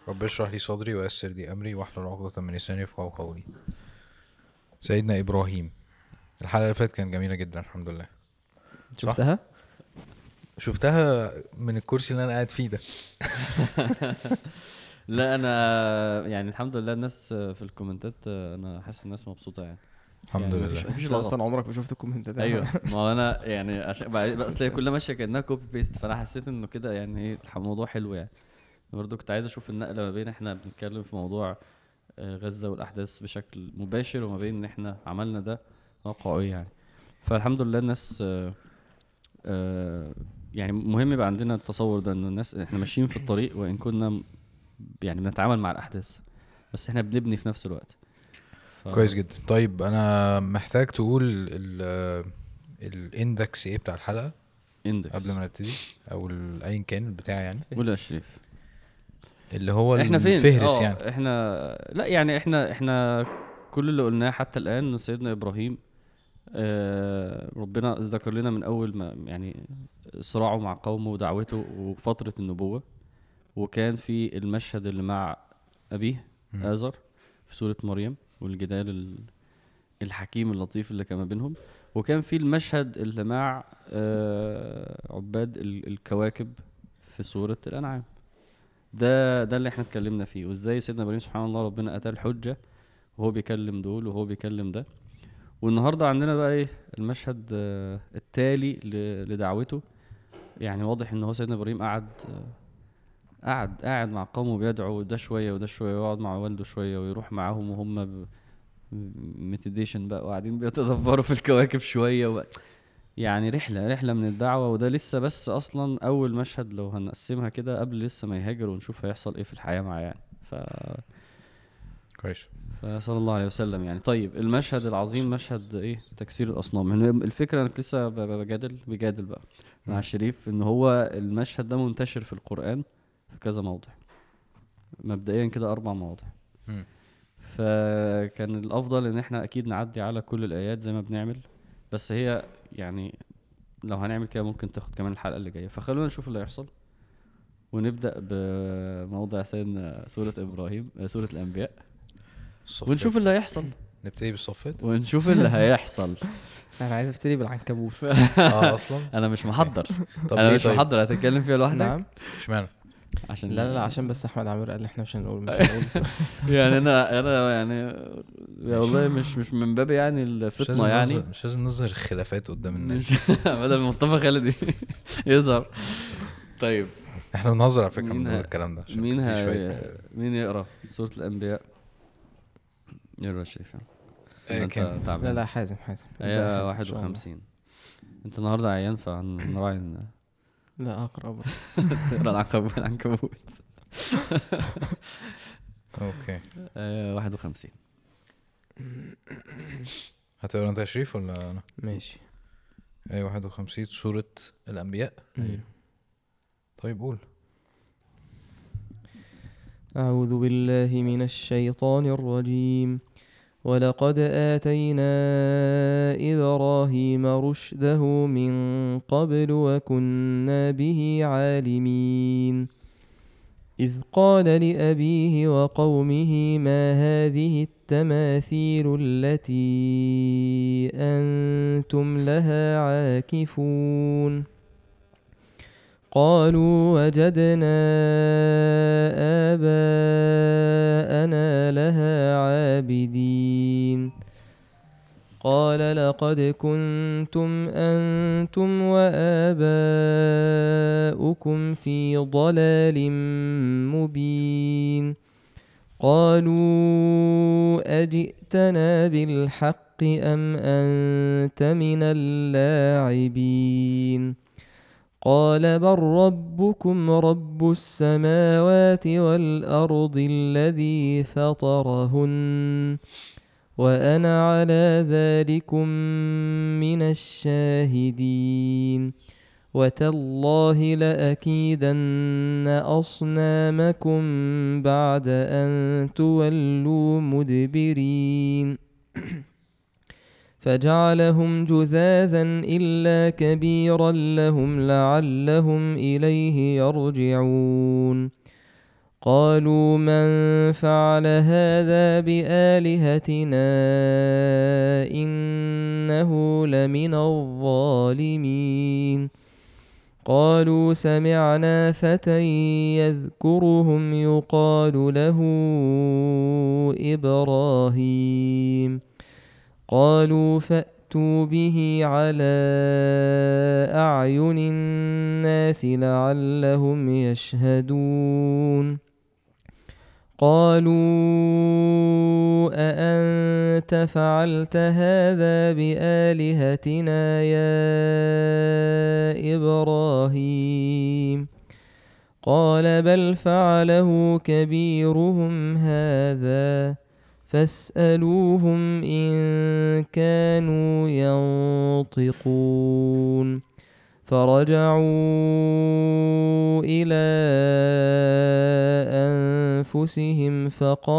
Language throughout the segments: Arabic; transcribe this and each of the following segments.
رب اشرح لي صدري ويسر لي امري واحلل عقدة من لساني يفقهوا قولي. سيدنا ابراهيم. الحلقه اللي فاتت كانت جميله جدا الحمد لله. صح، شفتها؟ شفتها من الكرسي اللي انا قاعد فيه ده. لا انا يعني الحمد لله الناس في الكومنتات انا حاسس الناس مبسوطه يعني. الحمد يعني لله. مفيش انت اصلا لغط. عمرك ما شفت الكومنت ده؟ ايوه ما هو انا يعني عشان اصل هي كلها ماشيه كانها كوبي بيست، فانا حسيت انه كده يعني ايه الموضوع حلو يعني. برضه كنت عايز اشوف النقله ما بين احنا بنتكلم في موضوع غزه والاحداث بشكل مباشر، وما بين ان احنا عملنا ده واقعي يعني. فالحمد لله الناس آه، يعني مهم يبقى عندنا التصور ده انه الناس احنا ماشيين في الطريق، وان كنا يعني بنتعامل مع الاحداث بس احنا بنبني في نفس الوقت. كويس جدا. طيب انا محتاج تقول الاندكس ايه بتاع الحلقه قبل اندكس. ما نبتدي، او ايا كان البتاع يعني، قول يا شريف. اللي هو احنا فين؟ الفهرس يعني. احنا لا يعني احنا كل اللي قلناه حتى الان انه سيدنا ابراهيم ربنا ذكر لنا من اول ما يعني صراعه مع قومه ودعوته وفترة النبوة، وكان في المشهد اللي مع ابيه مم. آزر في سورة مريم والجدال الحكيم اللطيف اللي كان ما بينهم، وكان في المشهد اللي مع عباد الكواكب في سورة الأنعام. ده اللي احنا اتكلمنا فيه، وازاي سيدنا ابراهيم سبحان الله ربنا اتاه الحجة وهو بيكلم دول وهو بيكلم ده. والنهارده عندنا بقى ايه المشهد التالي لدعوته. يعني واضح ان هو سيدنا ابراهيم قعد مع قومه بيدعو ده شويه وده شويه، ويقعد مع والده شويه ويروح معاهم وهم ميتيديشن بقى وقاعدين بيتدبروا في الكواكب شويه يعني رحله من الدعوه. وده لسه بس اصلا اول مشهد لو هنقسمها كده قبل لسه ما يهاجر ونشوف هيحصل ايه في الحياه معاه يعني. كويس. فصلى الله عليه وسلم يعني. طيب المشهد العظيم مشهد ايه؟ تكسير الاصنام. يعني الفكره انا لسه بجادل بقى مع مم. الشريف ان هو المشهد ده منتشر في القران في كذا موضع، مبدئيا كده 4 مواضع. مم. فكان الافضل ان احنا اكيد نعدي على كل الايات زي ما بنعمل، بس هي يعني لو هنعمل كده ممكن تاخد كمان الحلقه اللي جايه. فخلونا نشوف اللي هيحصل ونبدا بموضع سيدنا سوره ابراهيم سوره الانبياء، الصفات. ونشوف اللي هيحصل نبتدي بالصفات. ونشوف اللي هيحصل. انا عايز ابتدي بالعنكبوت. اصلا انا مش محضر. طب انا ليه مش طيب؟ محضر. هتتكلم فيها لوحدك نعم. اشمعنى؟ عشان لا لا لا، عشان بس احمد عامر قال احنا مش هنقول يعني انا يعني يا والله مش من باب يعني مش لازم الفطنه يعني. مش لازم نظهر الخلافات قدام الناس. مش بدل مصطفى خالد يظهر. طيب احنا بنهزر على فكره مين بنقول الكلام ده عشان مين في شويه. مين يقرا سورة الأنبياء؟ يقرا الشريف ولا كام؟ انت لا تعبان؟ لا، حازم ابدأ يا آية حازم ان شاء الله. 51. انت النهارده عيان فهنراعي لا اقرا بقى. تقرا العنكبوت. اوكي. آية 51. هتقرا انت يا شريف ولا انا؟ ماشي. 51 سورة الأنبياء. أيوة. طيب قول. أعوذ بالله من الشيطان الرجيم. ولقد آتينا إبراهيم رشده من قبل وكنا به عالمين. إذ قال لأبيه وقومه ما هذه التماثيل التي أنتم لها عاكفون. قالوا وجدنا آباءنا لها عابدين. قال لقد كنتم أنتم وآباؤكم في ضلال مبين. قالوا أجئتنا بالحق أم أنت من اللاعبين. قال بل ربكم رب السماوات والأرض الذي فطرهن وأنا على ذلكم من الشاهدين. وتالله لأكيدن أصنامكم بعد أن تولوا مدبرين. فجعلهم جذاذا إلا كبيرا لهم لعلهم إليه يرجعون. قالوا من فعل هذا بآلهتنا إنه لمن الظالمين قالوا سمعنا فتى يذكرهم يقال له إبراهيم قالوا فأتوا به على أعين الناس لعلهم يشهدون قالوا أأنت فعلت هذا بآلهتنا يا إبراهيم قال بل فعله كبيرهم هذا فاسألوهم إن كانوا ينطقون فرجعوا إلى أنفسهم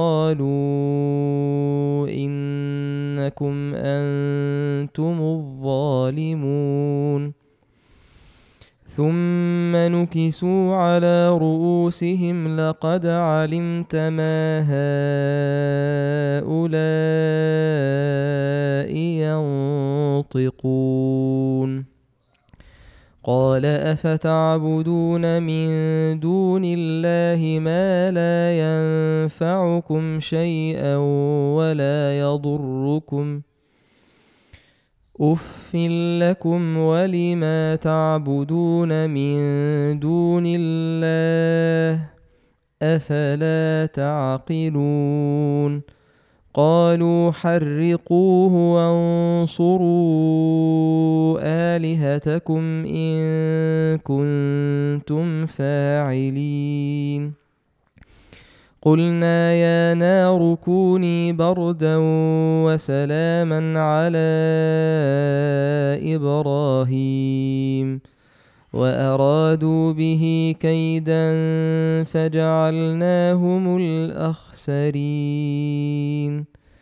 فقالوا إنكم أنتم الظالمون ثم نكسوا على رؤوسهم لقد علمت ما هؤلاء ينطقون قال أفتعبدون من دون الله ما لا ينفعكم شيئا ولا يضركم أف لكم ولما تعبدون من دون الله أفلا تعقلون قالوا حرقوه وانصروا آلهتكم إن كنتم فاعلين قلنا يا نار كوني بردا وسلاما على إبراهيم وأرادوا به كيدا فجعلناهم الأخسرين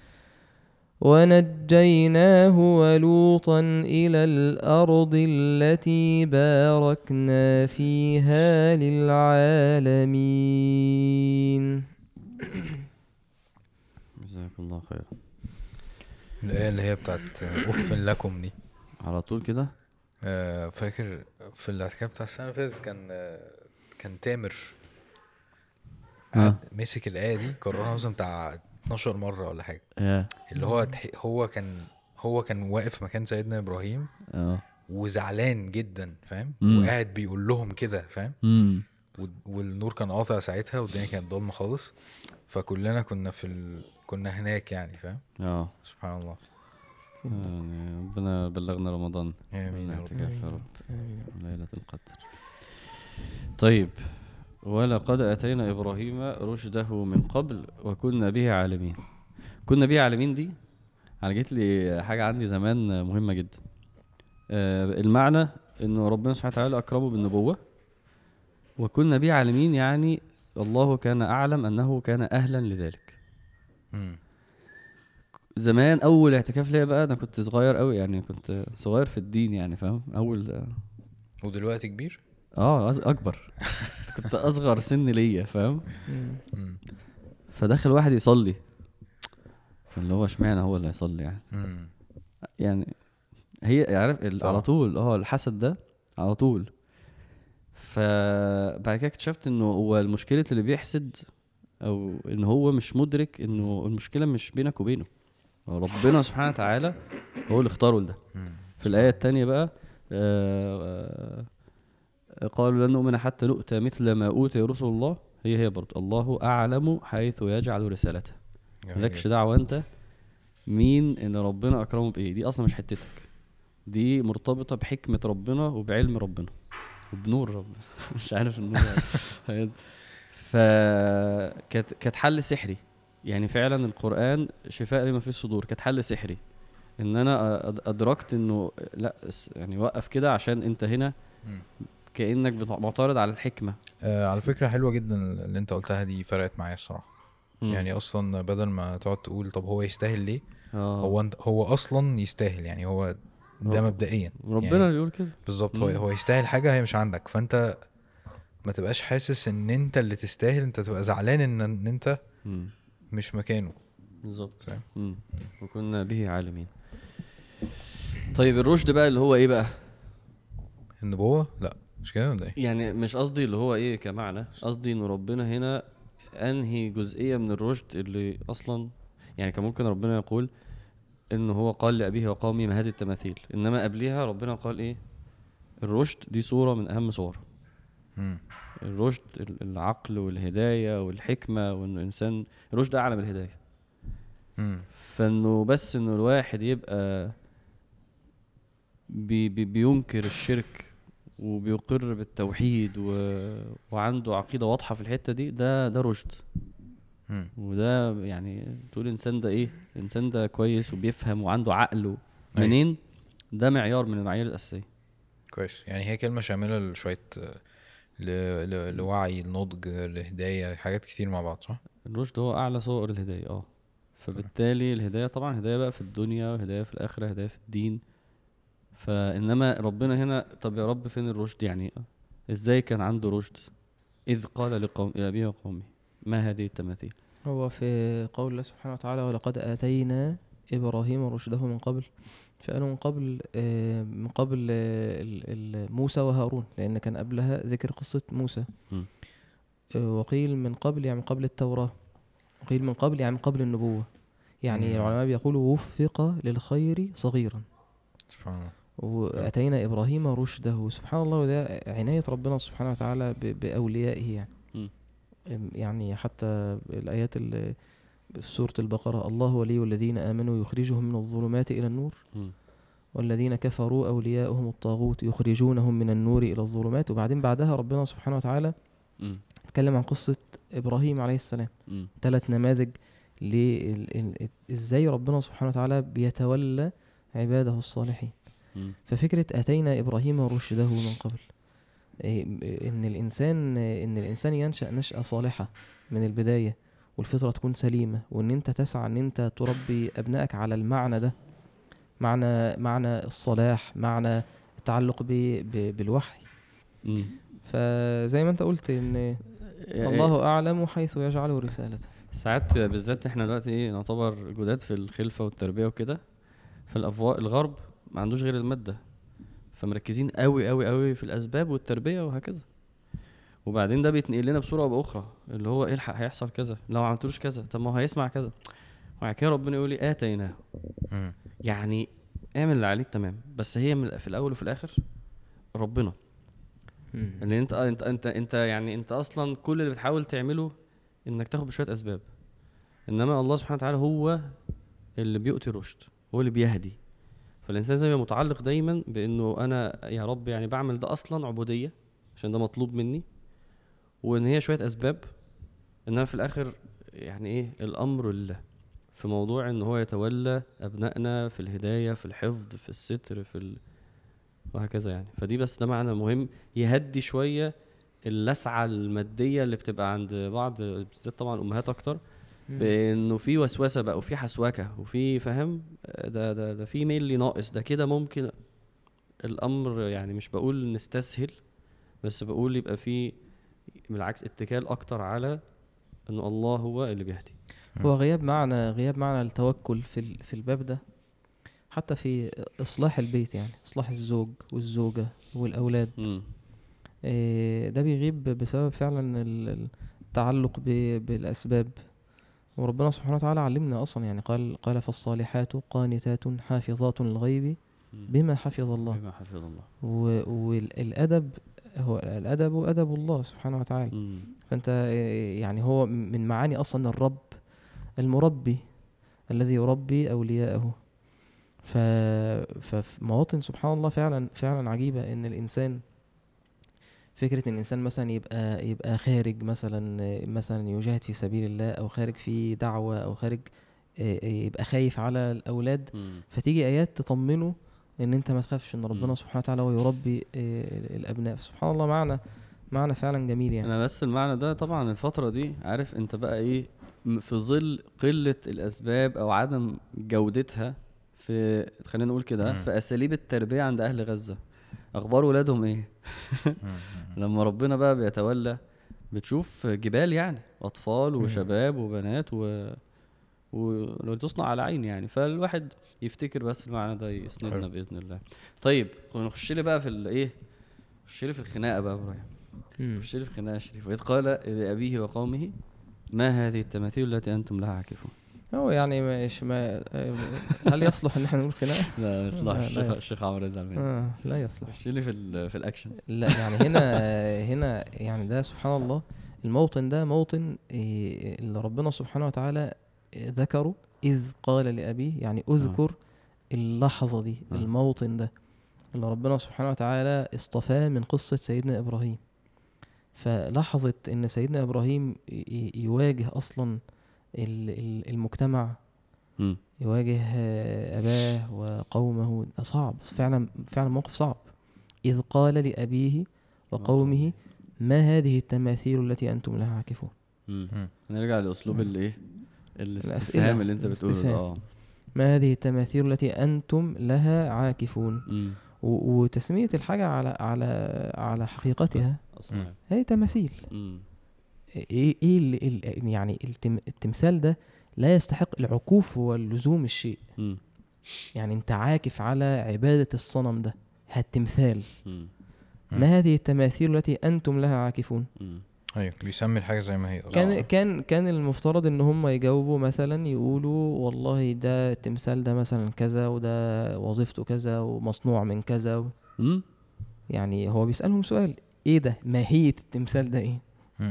ونجيناه ولوطا إلى الأرض التي باركنا فيها للعالمين. جزاك الله خير. الآية اللي هي بتاعت أف لكم دي على طول كده فاكر في الاعتكاف بتاع السنة اللي فاتت كان تامر مسك الآية دي كررها مثلا بتاع 12 مرة ولا حاجة اللي هو كان واقف مكان سيدنا إبراهيم وزعلان جدا فاهم وقاعد بيقول لهم كده فاهم والنور كان قاطع ساعتها والدنيا كانت ضلمة خالص فكلنا كنا هناك يعني فاهم سبحان الله. يعني ربنا بلغنا رمضان. آمين يا رب. ليلة القدر. طيب ولقد أتينا إبراهيم رشده من قبل وكنا به عالمين. كنا به عالمين دي أنا جيت لي حاجة عندي زمان مهمة جدا. المعنى إنه ربنا سبحانه وتعالى أكرمه بالنبوة وكنا به عالمين يعني الله كان أعلم أنه أهلا لذلك. زمان اول اعتكاف ليا بقى انا كنت صغير قوي يعني كنت صغير في الدين يعني فاهم اول ودلوقتي كبير اكبر كنت اصغر سن ليا فاهم فدخل واحد يصلي فاللي هو اشمعنى هو اللي هيصلي يعني يعني هي عارف على طول الحسد ده على طول. فبعد كده اكتشفت انه هو المشكلة اللي بيحسد او ان هو مش مدرك انه المشكلة مش بينك وبينه ربنا سبحانه وتعالى هو اللي اختاره لده. في الآية التانية بقى قالوا لن نؤمن حتى نؤتى مثل ما أوتي رسل الله. هي برضه الله أعلم حيث يجعل رسالته. مالكش دعوة أنت مين إن ربنا أكرمه بإيه. دي أصلا مش حتتك دي مرتبطة بحكمة ربنا وبعلم ربنا وبنور ربنا مش عارف النور فكانت حل سحري يعني فعلا القرآن شفاء لما في الصدور. كانت حل سحري ان انا ادركت انه لا يعني وقف كده عشان انت هنا كأنك معترض على الحكمة. على فكرة حلوة جدا اللي انت قلتها دي فرقت معايا الصراحة. يعني اصلا بدل ما تقعد تقول طب هو يستاهل ليه هو اصلا يستاهل يعني هو ده مبدئيا ربنا يعني بيقول كده بالظبط. هو يستاهل حاجة هي مش عندك فانت ما تبقاش حاسس ان انت اللي تستاهل، انت تبقى زعلان ان انت مش مكانه بالظبط. وكنا به عالمين. طيب الرشد بقى اللي هو ايه بقى؟ النبوة؟ لا مش كده ولا ايه؟ يعني مش قصدي اللي هو ايه كمعنى، قصدي ان ربنا هنا انهي جزئية من الرشد اللي اصلا يعني كان ممكن ربنا يقول انه هو قال لأبيه وقومي ما هذه التماثيل، انما قبلها ربنا قال ايه؟ الرشد دي صورة من اهم صور الرشد، العقل والهداية والحكمة، وانه انسان الرشد اعلى من الهداية. فانه بس انه الواحد يبقى بينكر الشرك وبيقر بالتوحيد وعنده عقيدة واضحة في الحتة دي، ده رشد. وده يعني تقول الانسان ده ايه، الانسان ده كويس وبيفهم وعنده عقل منين. ده معيار من المعايير الاساسيه. كويس. يعني هي كلمه شامله لشويه لوعي، النضج، لهدايه، حاجات كتير مع بعض، صح؟ الرشد هو اعلى صور الهدايه. فبالتالي الهدايه طبعا هدايه بقى في الدنيا، وهدايه في الاخره، هدايه في الدين. فانما ربنا هنا طب يا رب فين الرشد؟ يعني ازاي كان عنده رشد؟ اذ قال لقوم ابيه وقومه ما هذه التماثيل. هو في قول الله سبحانه وتعالى ولقد آتينا إبراهيم رشده من قبل، فقالوا من قبل موسى وهارون، لأن كان قبلها ذكر قصة موسى. وقيل من قبل يعني من قبل التوراة، وقيل من قبل يعني من قبل النبوة. يعني العلماء بيقولوا وفق للخير صغيرا، سبحان الله. وأتينا إبراهيم رشده، سبحان الله. وده عناية ربنا سبحانه وتعالى بأوليائه يعني. يعني حتى الآيات اللي في سورة البقرة، الله ولي الذين آمنوا يخرجهم من الظلمات إلى النور والذين كفروا أولياؤهم الطاغوت يخرجونهم من النور إلى الظلمات. وبعدين بعدها ربنا سبحانه وتعالى اتكلم عن قصة إبراهيم عليه السلام. 3 نماذج إزاي ربنا سبحانه وتعالى بيتولى عباده الصالحين. ففكرة أتينا إبراهيم رشده من قبل، ان الانسان ينشأ نشأة صالحة من البداية، والفطرة تكون سليمة، وان انت تسعى ان انت تربي ابنائك على المعنى ده، معنى الصلاح، معنى التعلق بالوحي. فزي ما انت قلت ان الله اعلم حيث يجعل رسالته. ساعات بالذات احنا دلوقتي ايه نعتبر جداد في الخلفة والتربية وكده، الغرب ما عندوش غير المادة، فمركزين قوي قوي قوي في الاسباب والتربيه وهكذا. وبعدين ده بيتنقل لنا بصوره او باخرى، اللي هو ايه هيحصل كذا لو ما عملتلوش كذا، طب ما هو هيسمع كذا. وبعد كده ربنا يقول لي اتيناه، يعني اعمل اللي عليك تمام، بس هي في الاول وفي الاخر ربنا. اللي انت يعني انت اصلا كل اللي بتحاول تعمله انك تاخد بشويه اسباب، انما الله سبحانه وتعالى هو اللي بيؤتي الرشد، هو اللي بيهدي. فالإنسان زي ما متعلق دايما بأنه أنا يا رب يعني بعمل ده أصلا عبودية عشان ده مطلوب مني، وإن هي شوية أسباب، إنما في الآخر يعني إيه الأمر لله في موضوع إن هو يتولى أبنائنا في الهداية، في الحفظ، في الستر، وهكذا يعني. فدي بس ده معنى مهم يهدي شوية اللسعة المادية اللي بتبقى عند بعض بالذات طبعا الأمهات أكتر، بانه في وسوسه بقى وفي حسوكه وفي فهم ده في ميل ناقص ده كده. ممكن الامر يعني مش بقول نستسهل، بس بقول يبقى في بالعكس اتكال اكتر على انه الله هو اللي بيهدي. هو غياب معنى التوكل في الباب ده، حتى في اصلاح البيت، يعني اصلاح الزوج والزوجه والاولاد. ده بيغيب بسبب فعلا التعلق بالاسباب. وربنا سبحانه وتعالى علمنا اصلا، يعني قال فالصالحات قانتات حافظات للغيب بما حفظ الله. والادب هو الادب ادب الله سبحانه وتعالى. فانت يعني هو من معاني اصلا الرب المربي الذي يربي اولياءه. ففي مواطن سبحان الله فعلا عجيبه، ان الانسان فكرة ان الانسان مثلا يبقى خارج مثلا يجاهد في سبيل الله، او خارج في دعوة، او خارج يبقى خايف على الاولاد، فتيجي ايات تطمنه ان انت ما تخافش، ان ربنا سبحانه وتعالى هو يربي الابناء. سبحان الله معنى فعلا جميل يعني. انا بس المعنى ده طبعا الفترة دي عارف انت بقى ايه، في ظل قلة الاسباب او عدم جودتها في خلينا نقول كده في اساليب التربية عند اهل غزة، اخبار ولادهم ايه؟ لما ربنا بقى بيتولى بتشوف جبال يعني اطفال وشباب وبنات ولو تصنع على عين يعني. فالواحد يفتكر بس المعنى ده يسندنا باذن الله. طيب نخش لي بقى في الايه، نخش لي في الخناقه بقى ابراهيم، نخش لي في خناقه شريف. واذ قال لابيه وقومه ما هذه التماثيل التي انتم لها عاكفون. هو يعني مش ما هل يصلح ان احنا نقول خناقه؟ لا يصلح. الشيخ عمرو يزعل مني. لا يصلح. خش لي في الاكشن. لا يعني هنا يعني ده سبحان الله الموطن ده موطن اللي ربنا سبحانه وتعالى ذكره إذ قال لأبيه، يعني أذكر اللحظة دي الموطن ده اللي ربنا سبحانه وتعالى اصطفاه من قصة سيدنا إبراهيم. فلحظة إن سيدنا إبراهيم يواجه أصلا المجتمع، يواجه أباه وقومه، صعب فعلا، فعلا موقف صعب. إذ قال لأبيه وقومه ما هذه التماثيل التي أنتم لها عاكفون. نرجع لأسلوب الايه الاستفهام اللي انت بتقوله. ما هذه التماثيل التي أنتم لها عاكفون. وتسمية الحاجة على حقيقتها هي تماثيل. يعني التمثال ده لا يستحق العكوف واللزوم الشيء. يعني انت عاكف على عبادة الصنم ده، هالتمثال. ما هذه التماثيل التي أنتم لها عاكفون. ايوه بيسمي الحاجه زي ما هي. كان المفترض ان هم يجاوبوا مثلا، يقولوا والله ده التمثال ده مثلا كذا، وده وظيفته كذا، ومصنوع من كذا يعني هو بيسألهم سؤال، ايه ده ماهية التمثال ده ايه؟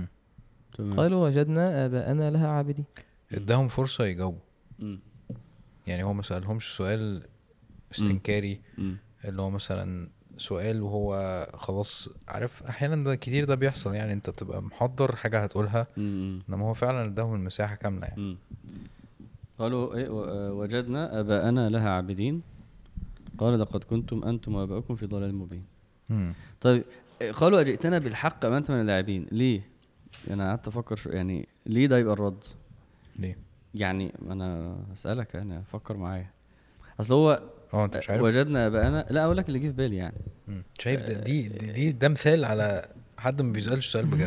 قالوا وجدنا آباءنا لها عابدين. اداهم فرصة يجاوبوا. يعني هو ما سألهمش سؤال استنكاري اللي هو مثلا سؤال وهو خلاص عارف. احيانا ده كتير ده بيحصل، يعني انت بتبقى محضر حاجة هتقولها انما هو فعلا اداهم المساحة كاملة يعني. قالوا ايه وجدنا آباءنا لها عابدين قال لقد كنتم انتم وآباؤكم في ضلال مبين. طيب قالوا اجئتنا بالحق ام انت من اللاعبين. ليه؟ انا قعدت افكر يعني ليه ده يبقى الرد؟ ليه يعني انا اسالك، انا افكر معايا. اصل هو انت مش عارف. وجدنا اباءنا، لا اقول لك اللي جه في بالي يعني. شايف ده مثال على حد ما بيسالش سؤال بجد.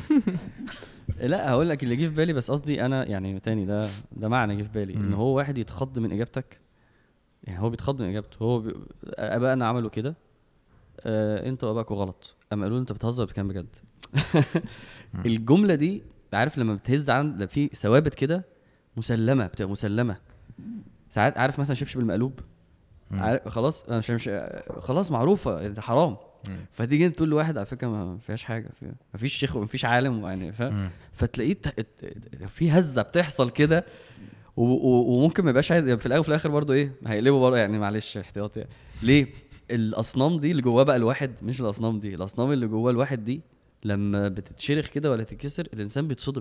لا هقول لك اللي جه في بالي، بس قصدي انا يعني تاني ده معنى جه في بالي ان هو واحد يتخض من اجابتك. يعني هو بيتخض من اجابته. هو ابائنا عملوا كده، انتوا وابائكم غلط. اما قالوا انت بتهزر بكام بجد. الجمله دي عارف لما بتهز عن في ثوابت كده مسلمه، بتبقى مسلمه ساعات. عارف مثلا شبشب المقلوب، خلاص انا مش خلاص معروفه ده حرام. فتيجي انت تقول لواحد على فكره ما فيهاش حاجه، ما فيش شيخ وما فيش عالم يعني فتلاقيه في هزه بتحصل كده. وممكن ما يبقاش عايز في الاول وفي الاخر برضو ايه هيقلبوا برضو يعني. معلش احتياطي يعني. ليه؟ الاصنام دي اللي جواه بقى الواحد، مش الاصنام دي، الاصنام اللي جواه الواحد دي لما بتتشرخ كده ولا تتكسر الانسان بيتصدم.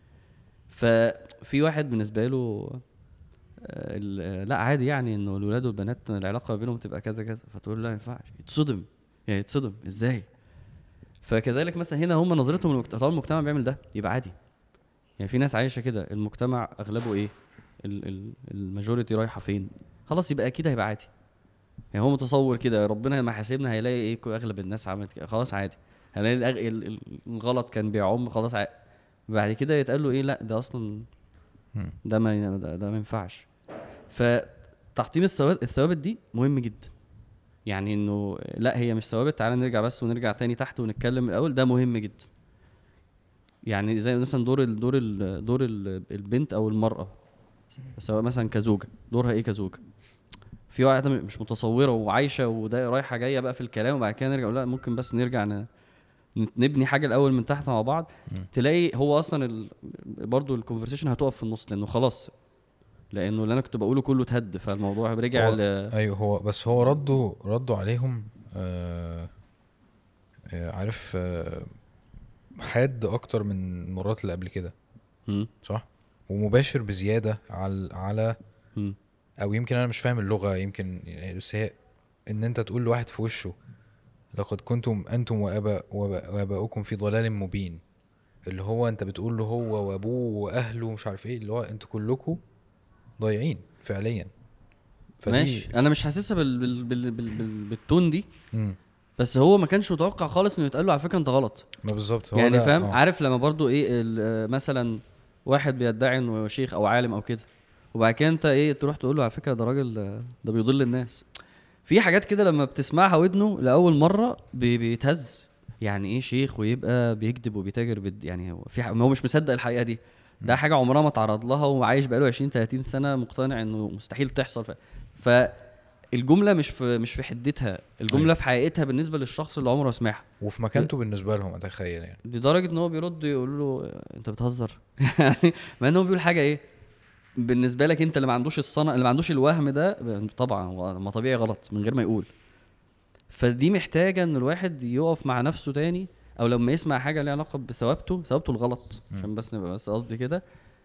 ففي واحد بالنسبه له لا عادي يعني انه الولاد والبنات العلاقه بينهم تبقى كذا كذا، فتقول لا ما ينفعش. يتصدم يعني، يتصدم ازاي؟ فكذلك مثلا هنا هم نظرتهم طالما المجتمع بيعمل ده يبقى عادي. يعني في ناس عايشه كده، المجتمع اغلبه ايه، الماجوريتي رايحه فين، خلاص يبقى اكيد هيبقى عادي. يعني هو متصور كده ربنا لما حاسبنا هيلاقي ايه اغلب الناس عملت كده، خلاص عادي. هنلاقي الغلط كان بيعم، خلاص عادي. بعد كده يتقال له ايه، لا ده اصلا ده ما ينفعش. فتحطيم الثوابت دي مهم جدا. يعني انه لا هي مش ثوابت، تعالى نرجع بس ونرجع تاني تحت ونتكلم الاول، ده مهم جدا. يعني زي مثلا دور البنت او المرأة، سواء مثلا كزوجة، دورها ايه كزوجة. في واحدة مش متصورة وعايشة وده رايحة جاية بقى في الكلام، وبعد كده نرجع لا ممكن بس نرجع نبني حاجة الاول من تحت مع بعض. تلاقي هو اصلا برضو الكونفرسيشن هتقف في النص، لانه خلاص، لانه اللي انا كنت بقوله كله اتهد، فالموضوع رجع ايوه هو بس هو ردوا عليهم عارف حاد اكتر من المرات اللي قبل كده، صح، ومباشر بزياده على او يمكن انا مش فاهم اللغه يمكن، بس هي ان انت تقول لواحد في وشه لقد كنتم انتم واباؤكم في ضلال مبين، اللي هو انت بتقول له هو وابوه واهله مش عارف ايه، اللي هو انتوا كلكم ضايعين فعليا. ماشي، انا مش حاسسها بالتون دي. بس هو ما كانش متوقع خالص انه يتقال له على فكره انت غلط. ما بالظبط يعني فاهم. عارف لما برضو ايه مثلا واحد بيدعي انه شيخ او عالم او كده، وبعد كده انت ايه تروح تقول له على فكره ده راجل ده بيضل الناس. في حاجات كده لما بتسمعها ودنه لاول مره بيتهز. يعني ايه شيخ ويبقى بيكذب وبيتاجر يعني هو مش مصدق الحقيقه دي. ده حاجه عمرها ما تعرض لها وعايش بقاله 20 30 سنه مقتنع انه مستحيل تحصل. الجمله مش في حدتها، الجمله في حقيقتها بالنسبه للشخص اللي عمره سمعها وفي مكانته بالنسبه لهم. اتخيل يعني لدرجه ان هو بيرد يقول له انت بتهزر. يعني ما انه بيقول حاجه ايه بالنسبه لك انت اللي ما عندوش الصنع اللي ما عندوش الوهم ده، طبعا هو ما طبيعي غلط من غير ما يقول. فدي محتاجه ان الواحد يقف مع نفسه تاني، او لما يسمع حاجه ليها علاقه بثوابته الغلط، عشان بس نبقى بس قصدي كده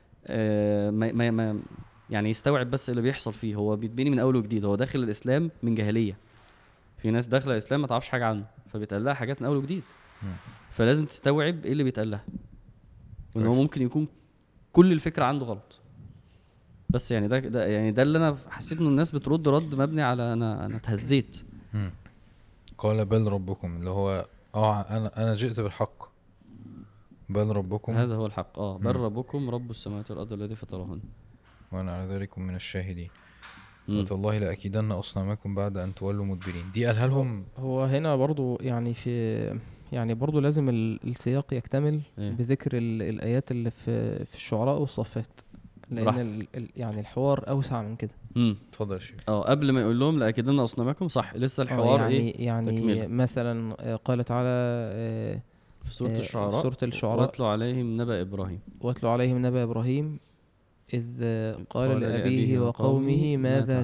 ما يعني يستوعب بس اللي بيحصل فيه. هو بيتبني من اول وجديد، هو داخل الاسلام من جاهليه. في ناس داخله الاسلام ما تعرفش حاجه عنه، فبيتقال لها حاجات من اول وجديد. فلازم تستوعب ايه اللي بيتقال لها، وان هو ممكن يكون كل الفكره عنده غلط. بس يعني ده يعني ده اللي انا حسيت انه الناس بترد رد مبني على انا اتهزيت. قال بل ربكم اللي هو انا جئت بالحق. بل ربكم هذا هو الحق. بل ربكم رب السماوات والارض الذي فطرهن وانا على ذلك من الشاهدين والله لاكيدن اصنامكم بعد ان تولوا مدبرين. دي قالها لهم. هو هنا برضو يعني برضو لازم السياق يكتمل بذكر الايات اللي في الشعراء والصفات، لان يعني الحوار اوسع من كده. اتفضل يا شيخ. قبل ما يقول لهم لاكيدن اصنامكم، صح لسه الحوار يعني تكمل. مثلا قال تعالى في سورة الشعراء واتلو عليهم نبأ إبراهيم إذ قال لأبيه وقومه ماذا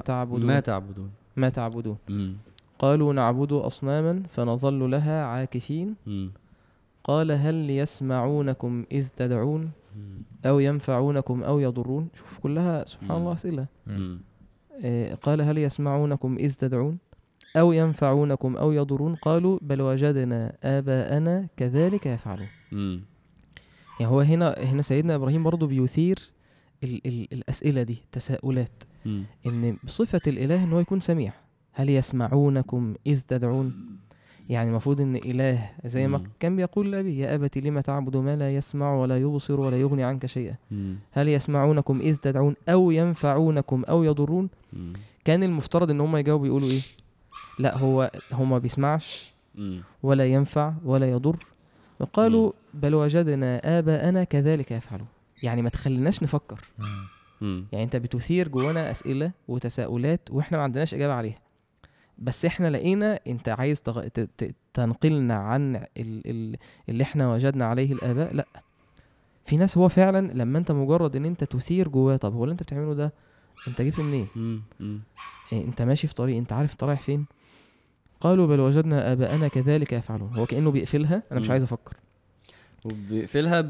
تعبدون قالوا نعبد أصناما فنظل لها عاكفين قال هل يسمعونكم إذ تدعون أو ينفعونكم أو يضرون. شوف كلها سبحان الله أسئلة. قال هل يسمعونكم إذ تدعون أو ينفعونكم أو يضرون قالوا بل وجدنا آباءنا كذلك يفعلون. يعني هو هنا سيدنا إبراهيم برضو بيثير الأسئلة دي، تساؤلات. إن بصفة الإله إنه يكون سميع. هل يسمعونكم إذ تدعون؟ يعني المفروض إن إله زي ما كان بيقول لأبيه يا أبت لما تعبد ما لا يسمع ولا يبصر ولا يغني عنك شيئا. هل يسمعونكم إذ تدعون أو ينفعونكم أو يضرون؟ كان المفترض إن هم يجاوبوا يقولوا إيه؟ لا هو ما بيسمعش ولا ينفع ولا يضر. وقالوا بل وجدنا آباءنا كذلك يفعلون. يعني ما تخليناش نفكر. يعني انت بتثير جوانا أسئلة وتساؤلات واحنا ما عندناش إجابة عليها، بس احنا لقينا انت عايز تنقلنا عن اللي احنا وجدنا عليه الآباء. لا، في ناس هو فعلا لما انت مجرد ان انت تثير جواه طب هو اللي انت بتعمله ده انت جبته منين؟ انت ماشي في طريق انت عارف انت رايح فين؟ قالوا بل وجدنا آباءنا كذلك يفعلون. هو كأنه بيقفلها انا مش عايز افكر، وبيقفلها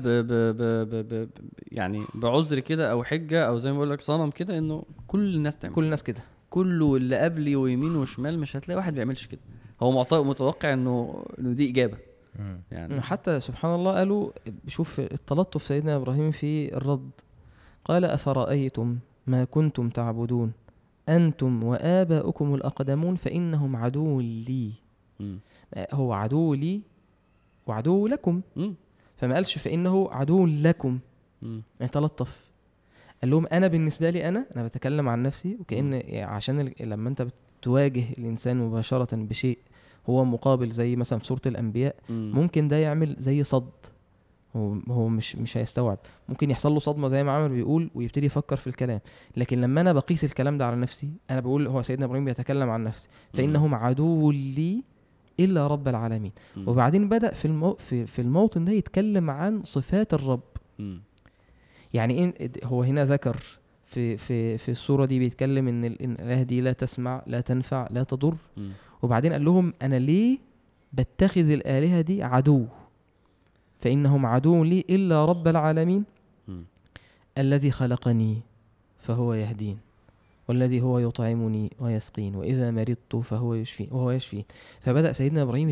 يعني بعذر كده او حجه او زي ما بقول لك صنم كده، انه كل الناس تعمل كل الناس كده، كله اللي قبلي ويمين وشمال مش هتلاقي واحد بيعملش كده. هو متوقع انه دي اجابه. يعني حتى سبحان الله قالوا شوف التلطف سيدنا ابراهيم في الرد. قال افرأيتم ما كنتم تعبدون انتم وآباؤكم الاقدمون فانهم عدو لي. هو عدو لي وعدو لكم. فما قالش فإنه عدو لكم. يعني تلطف، قال لهم أنا بالنسبة لي أنا بتكلم عن نفسي. وكأن عشان لما أنت بتواجه الإنسان مباشرة بشيء هو مقابل زي مثلا في سورة الأنبياء ممكن ده يعمل زي صد. هو مش هيستوعب، ممكن يحصل له صدمة زي ما عمر بيقول ويبتدي يفكر في الكلام. لكن لما أنا بقيس الكلام ده على نفسي أنا بقول هو سيدنا إبراهيم بيتكلم عن نفسي فإنهم عدو لي إلا رب العالمين. وبعدين بدأ في الموطن ده يتكلم عن صفات الرب. يعني هو هنا ذكر في السورة دي بيتكلم إن الإله دي لا تسمع لا تنفع لا تضر. وبعدين قال لهم أنا ليه بتخذ الآلهة دي عدو؟ فإنهم عدو لي إلا رب العالمين الذي خلقني فهو يهدين والذي هو يطعمني ويسقين وإذا مرضت فهو يشفين. فبدأ سيدنا إبراهيم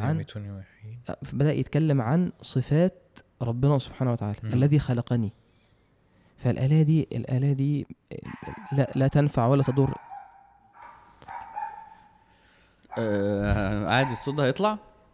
يتكلم عن صفات ربنا سبحانه وتعالى. الذي خلقني، فالآلهة دي لا تنفع ولا تضر. عادي الصوت ده هيطلع.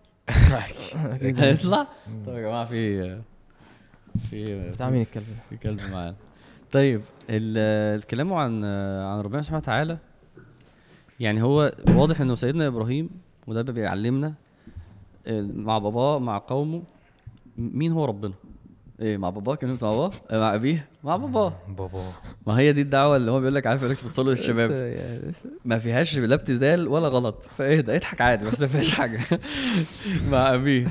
هيطلع. طب يا جماعه في بتاع مين الكلب؟ في كلب معانا. طيب الكلام عن ربنا سبحانه وتعالى، يعني هو واضح انه سيدنا ابراهيم وده بيعلمنا مع باباه مع قومه مين هو ربنا. ايه مع باباه كلمه مع باباه مع ابيه مع باباه. ما هي دي الدعوه اللي هو بيقول لك عارف يقول لك توصلوا للشباب ما فيهاش لا ابتذال ولا غلط، فايه ده اضحك عادي بس ما فيهاش حاجه. مع ابيه.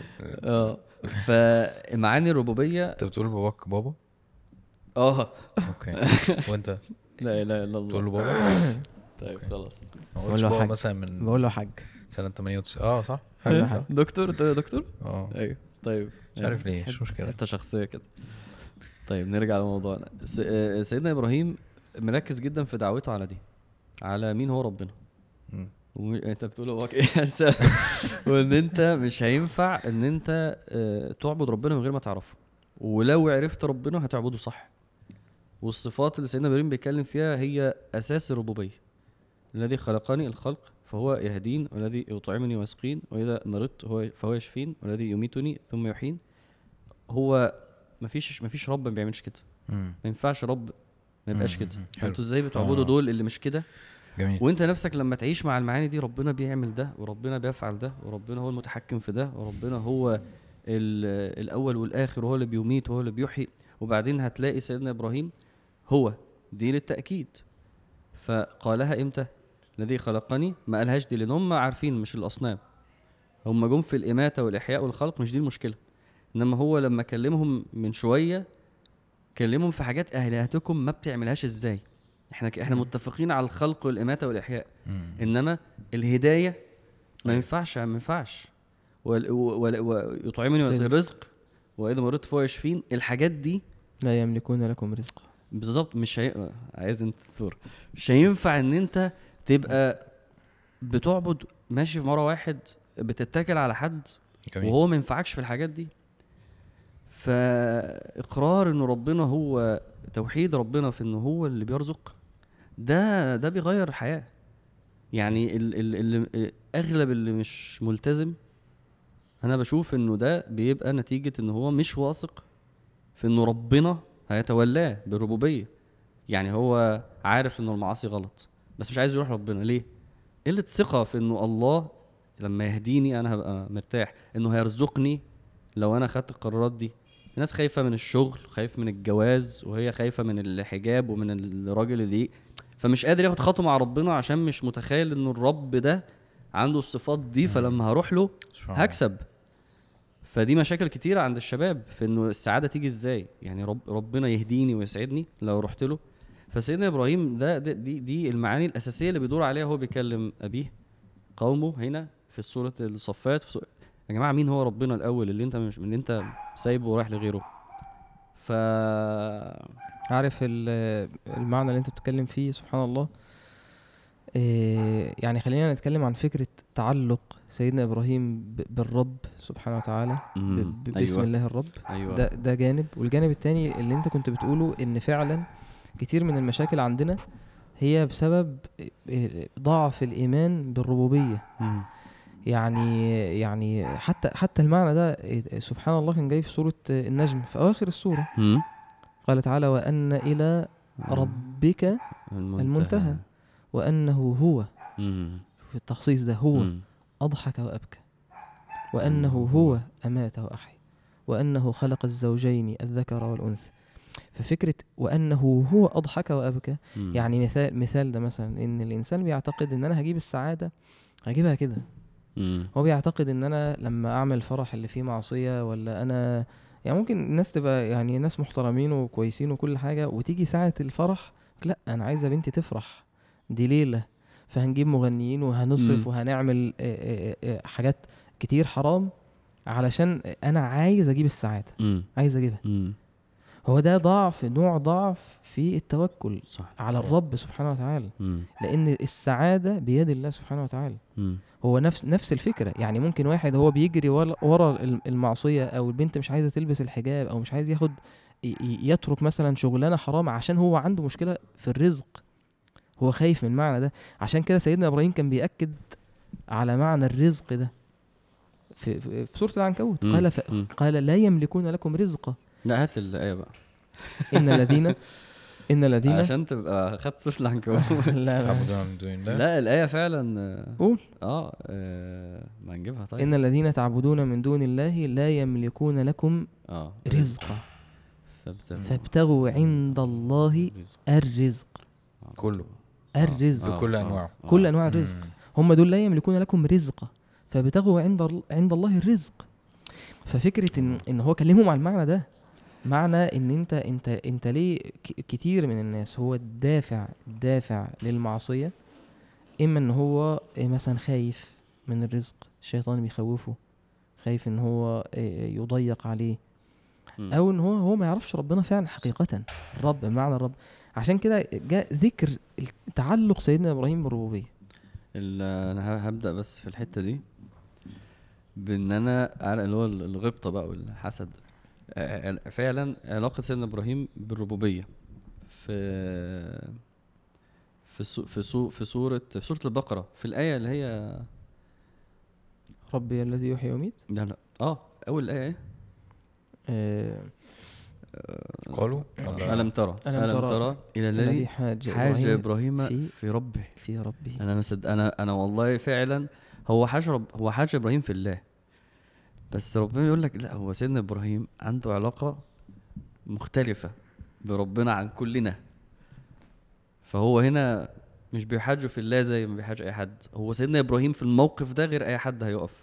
فمعاني الربوبيه. انت بتقول باباك بابا؟ اوكي. وانت؟ لا اله الا الله. تقول له بابا؟ طيب خلاص. بقول له حاج مثلا من بقول له حاج سنه 98. صح. دكتور انت دكتور. ايوه. طيب مش عارف ليه، مش مشكله، انت شخصيه كده. طيب نرجع لموضوعنا. سيدنا ابراهيم مركز جدا في دعوته على دي، على مين هو ربنا. انت بتقول هو ايه وان انت مش هينفع ان انت تعبد ربنا من غير ما تعرفه، ولو عرفت ربنا هتعبده صح. والصفات اللي سيدنا ابراهيم بيتكلم فيها هي اساس الربوبيه. الذي خلقني الخلق فهو يهدين، والذي يطعمني ويسقين، واذا مرضت فهو يشفين، والذي يميتني ثم يحين. هو مفيش رب ما بيعملش كده. ما ينفعش رب ما يبقاش كده. انتوا ازاي بتعبدوا دول اللي مش كده؟ جميل. وانت نفسك لما تعيش مع المعاني دي، ربنا بيعمل ده وربنا بيفعل ده وربنا هو المتحكم في ده وربنا هو الاول والاخر وهو اللي بيميت وهو اللي بيحيي. وبعدين هتلاقي سيدنا ابراهيم هو دي للتأكيد. فقالها امتى؟ الذي خلقني. ما قالهاش دي لان هم عارفين مش الاصنام، هم جم في الاماته والاحياء والخلق، مش دي المشكله. انما هو لما كلمهم من شويه كلمهم في حاجات الهتكم ما بتعملهاش ازاي. احنا متفقين على الخلق والاماته والاحياء، انما الهدايه ما ينفعش. ويطعمني ويسقيني رزق، واذا مرضت فهو يشفين. الحاجات دي لا يملكون لكم رزقا. بالظبط. عايز انت الصوره. مش هينفع ان انت تبقى بتعبد ماشي في مره واحد بتتكل على حد جميل. وهو ما ينفعكش في الحاجات دي. فاقرار انه ربنا هو توحيد ربنا في انه هو اللي بيرزق، ده بيغير الحياه. يعني اللي اغلب اللي مش ملتزم انا بشوف انه ده بيبقى نتيجه انه هو مش واثق في انه ربنا هيتولاه بالربوبيه. يعني هو عارف انه المعاصي غلط بس مش عايز يروح ربنا. ليه؟ قله ثقه في انه الله لما يهديني انا هبقى مرتاح، انه هيرزقني لو انا خدت القرارات دي. الناس خايفه من الشغل، خايف من الجواز، وهي خايفه من الحجاب ومن الراجل اللي فمش قادر ياخد خطوه مع ربنا عشان مش متخيل انه الرب ده عنده الصفات دي، فلما هروح له هكسب. فدي مشاكل كتيره عند الشباب في انه السعاده تيجي ازاي. يعني ربنا يهديني ويسعدني لو رحت له. فسيدنا ابراهيم دي المعاني الاساسيه اللي بيدور عليها هو بيكلم ابيه قومه هنا في سوره الصفات. يا جماعه مين هو ربنا الاول اللي انت مش اللي انت سايبه ورايح لغيره؟ عارف المعنى اللي انت بتتكلم فيه سبحان الله. يعني خلينا نتكلم عن فكرة تعلق سيدنا إبراهيم بالرب سبحانه وتعالى باسم الله الرب. ده جانب. والجانب التاني اللي انت كنت بتقوله ان فعلا كتير من المشاكل عندنا هي بسبب ضعف الإيمان بالربوبية. يعني حتى المعنى ده سبحان الله كان جاي في سورة النجم في أواخر السورة. قال تعالى وأن إلى ربك المنتهى وأنه هو في التخصيص ده هو أضحك وأبكى وأنه هو أمات وأحيا وأنه خلق الزوجين الذكر والأنثى. ففكرة وأنه هو أضحك وأبكى يعني مثال ده مثلا إن الإنسان بيعتقد إن أنا هجيب السعادة هجيبها كده. هو بيعتقد إن أنا لما أعمل فرح اللي فيه معصية ولا أنا يعني ممكن الناس تبقى يعني ناس محترمين وكويسين وكل حاجة وتيجي ساعة الفرح لا أنا عايزة بنتي تفرح دي ليلة فهنجيب مغنيين وهنصرف وهنعمل حاجات كتير حرام علشان أنا عايز أجيب السعادة عايز أجيبها. هو ده نوع ضعف في التوكل صح. على الرب سبحانه وتعالى لأن السعادة بيد الله سبحانه وتعالى. هو نفس الفكرة. يعني ممكن واحد هو بيجري ورا المعصية أو البنت مش عايزة تلبس الحجاب أو مش عايز يترك مثلا شغلانة حرام عشان هو عنده مشكلة في الرزق، هو خايف من المعنى ده. عشان كده سيدنا إبراهيم كان بيأكد على معنى الرزق ده في سورة العنكبوت. قال لا يملكون لكم رزقا. لا هات الآية بقى. إن الذين عشان تبقى خدت سورة العنكبوت. لا الآية فعلا قول. ما نجيبها طيب. إن الذين تعبدون من دون الله لا يملكون لكم رزقا فابتغوا عند الله الرزق. كله الرزق كل أنواع كل أنواع الرزق. هم دول لا يملكون لكم رزقا فابتغوا عند الله الرزق. ففكرة إن هو كلمهم على المعنى ده، معنى ان انت ليه كتير من الناس هو الدافع للمعصية، اما ان هو مثلا خايف من الرزق، الشيطان بيخوفه، خايف ان هو يضيق عليه، او ان هو ما يعرفش ربنا فعلا حقيقة، الرب معنى الرب. عشان كده جاء ذكر تعلق سيدنا ابراهيم بالربوبية. انا هبدأ بس في الحتة دي بان انا اللي هو الغبطة بقى والحسد. فعلا علاقة سيدنا إبراهيم بالربوبية في سورة البقرة، في الآية اللي هي ربي الذي يحيي ويميت. لا أول آية قالوا ألم ترى إلى الذي حاج إبراهيم في ربه. أنا والله فعلا هو حاج إبراهيم في الله، بس ربنا يقول لك لا، هو سيدنا إبراهيم عنده علاقة مختلفة بربنا عن كلنا. فهو هنا مش بيحاجه في الله زي ما بيحاج أي حد. هو سيدنا إبراهيم في الموقف ده غير أي حد هيقف.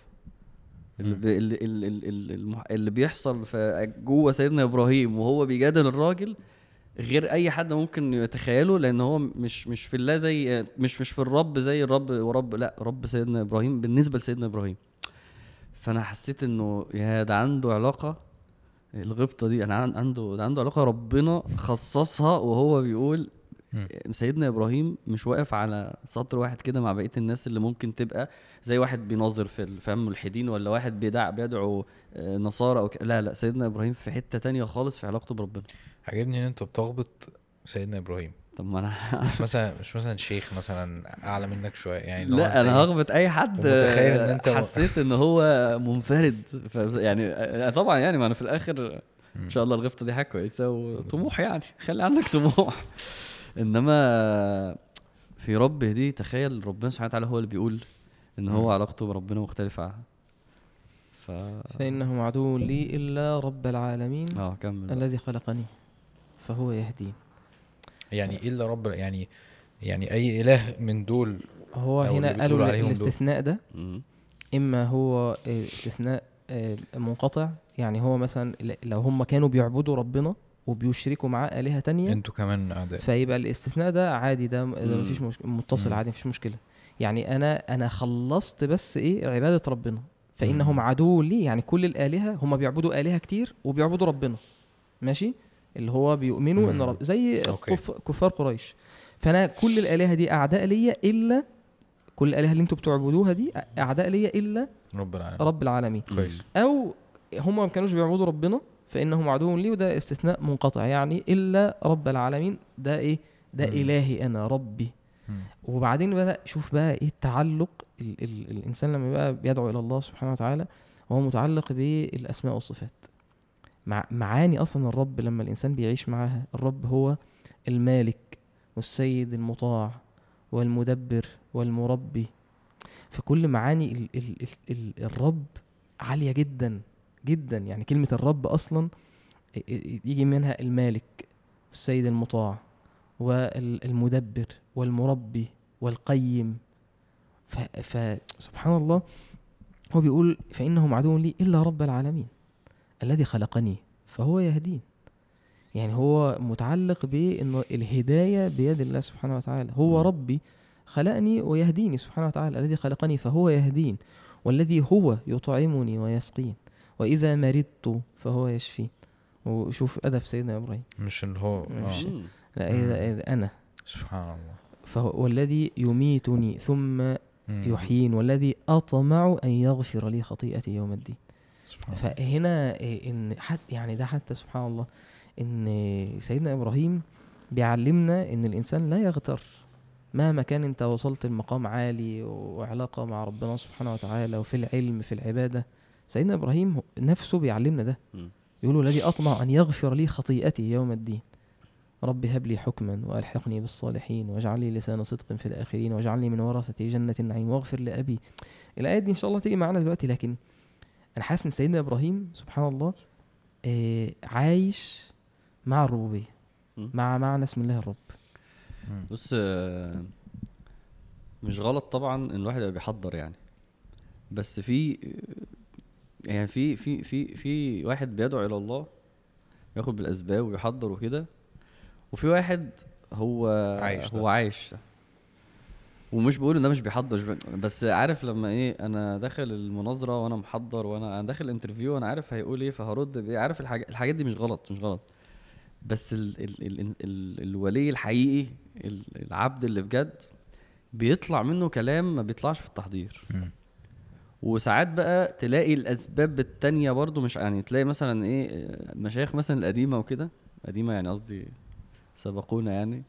اللي بيحصل جوه سيدنا إبراهيم وهو بيجادل الراجل غير أي حد ممكن يتخيله، لأن هو مش في الله زي مش في الرب زي الرب ورب، لا، رب سيدنا إبراهيم بالنسبة لسيدنا إبراهيم. فانا حسيت انه يا ده عنده علاقه، الغبطه دي انا عنده علاقه ربنا خصصها، وهو بيقول سيدنا ابراهيم مش واقف على سطر واحد كده مع بقيه الناس اللي ممكن تبقى زي واحد بيناظر في الفهم ملحدين، ولا واحد بيدعو نصارى او لا سيدنا ابراهيم في حته تانية خالص في علاقته بربنا. عجبني ان انت بتغبط سيدنا ابراهيم. طب ما انا مش مثلا شيخ مثلا اعلى منك شويه يعني. لا انا هغبط اي حد متخيل ان انت حسيت ان هو منفرد يعني. طبعا يعني ما انا في الاخر ان شاء الله الغبطه دي حاجه كويسه وطموح، يعني خلي عندك طموح. انما في ربه دي تخيل ربنا سبحانه وتعالى هو اللي بيقول ان هو علاقته بربنا مختلفه. فانه عدو لي الا رب العالمين كمل الذي خلقني فهو يهدين. يعني الا رب يعني اي اله من دول هو هنا قالوا الاستثناء ده اما هو استثناء منقطع، يعني هو مثلا لو هم كانوا بيعبدوا ربنا وبيشركوا معاه آلهة تانية انتوا كمان اعداء، فيبقى الاستثناء ده عادي، ده مفيش متصل عادي مفيش مشكلة. يعني انا خلصت بس عبادة ربنا، فانهم عدو لي، يعني كل الآلهة هم بيعبدوا آلهة كتير وبيعبدوا ربنا، ماشي، اللي هو بيؤمنوا ان رب زي كفار قريش. فانا كل الآلهة دي اعداء ليا، الا كل الآلهة اللي انتوا بتعبدوها دي اعداء ليا الا رب العالمين. او هم ما كانوش بيعبدوا ربنا فانهم عدو لي، وده استثناء منقطع، يعني الا رب العالمين ده ده الهي انا ربي. وبعدين بدا شوف بقى التعلق الانسان لما بقى بيدعو الى الله سبحانه وتعالى وهو متعلق بالاسماء والصفات. معاني اصلا الرب لما الانسان بيعيش معاها، الرب هو المالك والسيد المطاع والمدبر والمربي. فكل معاني الرب عالية جدا جدا. يعني كلمة الرب أصلا يجي منها المالك والسيد المطاع والمدبر والمربي والقيم. فسبحان الله هو بيقول فإنهم عدو لي إلا رب العالمين الذي خلقني فهو يهدين. يعني هو متعلق بأن الهداية بيد الله سبحانه وتعالى. هو ربي خلقني ويهديني سبحانه وتعالى، الذي خلقني فهو يهدين، والذي هو يطعمني ويسقين، وإذا مرضت فهو يشفين. وشوف أدب سيدنا إبراهيم، مش اللي هو لا إذا أنا سبحان الله. فهو والذي يميتني ثم يحيين، والذي أطمع أن يغفر لي خطيئتي يوم الدين. فهنا إن يعني ده حتى سبحان الله إن سيدنا إبراهيم بيعلمنا إن الإنسان لا يغتر مهما كان انت وصلت لمقام عالي وعلاقة مع ربنا سبحانه وتعالى وفي العلم في العبادة، سيدنا إبراهيم نفسه بيعلمنا ده. يقولوا الذي أطمع أن يغفر لي خطيئتي يوم الدين، رب هب لي حكما وألحقني بالصالحين واجعل لي لسان صدق في الآخرين واجعلني من ورثة جنة النعيم واغفر لأبي. الآيات دي إن شاء الله تيجي معنا دلوقتي، لكن أنا حاسس إن سيدنا إبراهيم سبحان الله عايش مع الربوبية، مع معنى اسم الله الرب. بص مش غلط طبعا ان الواحد يبقى بيحضر يعني، بس في يعني في واحد بيدعو الى الله ياخد بالاسباب ويحضر وكده، وفي واحد هو عايش ومش بقول ان ده مش بيحضر، بس عارف لما ايه، انا داخل المناظره وانا محضر وانا داخل الانترفيو وانا عارف هيقول ايه فهرد بايه، عارف الحاجات دي مش غلط بس الولي الحقيقي العبد اللي بجد بيطلع منه كلام ما بيطلعش في التحضير. وساعات بقى تلاقي الاسباب التانية برضو مش يعني، تلاقي مثلا ايه مشايخ مثلا القديمه وكده، قديمه يعني قصدي سبقونا يعني،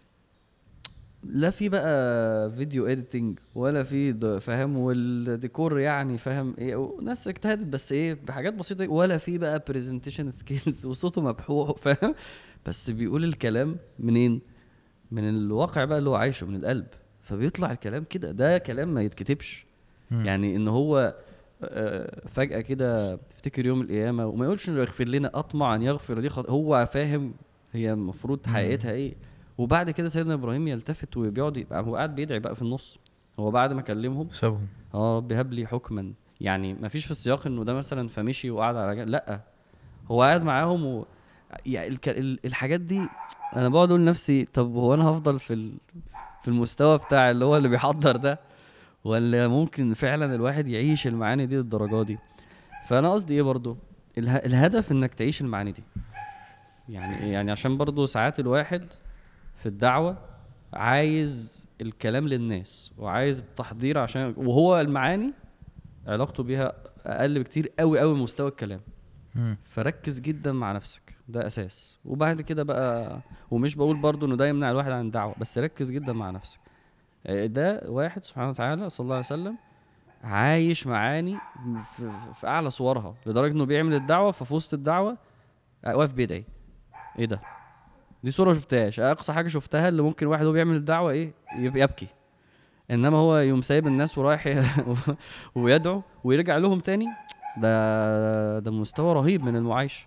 لا في بقى فيديو اديتنج ولا في فاهم، والديكور يعني فاهم ايه، ناس اجتهدت بس ايه بحاجات بسيطه، ولا في بقى برزنتيشن سكيلز وصوته مبحوح فاهم، بس بيقول الكلام منين، من الواقع بقى اللي هو عايشه، من القلب، فبيطلع الكلام كده، ده كلام ما يتكتبش. يعني ان هو فجأة كده تفتكر يوم القيامة وما يقولش انه يغفر لنا، اطمع ان يغفر لي هو فاهم هي المفروض حقيقتها ايه. وبعد كده سيدنا ابراهيم يلتفت وبيقعد يبقى هو قاعد بيدعي بقى في النص، هو بعد ما كلمهم سابهم رب هب لي حكما، يعني ما فيش في السياق انه ده مثلا فمشي وقعد على جنب، لا هو قاعد معاهم يعني الحاجات دي انا بقعد اقول لنفسي طب هو انا هفضل في المستوى بتاع اللي هو اللي بيحضر ده، ولا ممكن فعلا الواحد يعيش المعاني دي للدرجه دي؟ فانا قصدي ايه برضو، الهدف انك تعيش المعاني دي، يعني عشان برضو ساعات الواحد في الدعوة عايز الكلام للناس وعايز التحضير عشان، وهو المعاني علاقته بيها اقل بكتير قوي قوي مستوى الكلام. فركز جدا مع نفسك، ده اساس. وبعد كده بقى، ومش بقول برضو انه ده يمنع الواحد عن الدعوة، بس ركز جدا مع نفسك. ده واحد سبحانه وتعالى صلى الله عليه وسلم عايش معاني في اعلى صورها، لدرجة انه بيعمل الدعوة ففي وسط الدعوة واقف بيدعي. ايه ده؟ دي صورة شفتهاش، اقصى حاجة شفتها اللي ممكن واحد هو بيعمل الدعوة ايه يبكي، انما هو يوم سايب الناس ورايح ويدعو ويرجع لهم تاني، ده مستوى رهيب من المعايشة.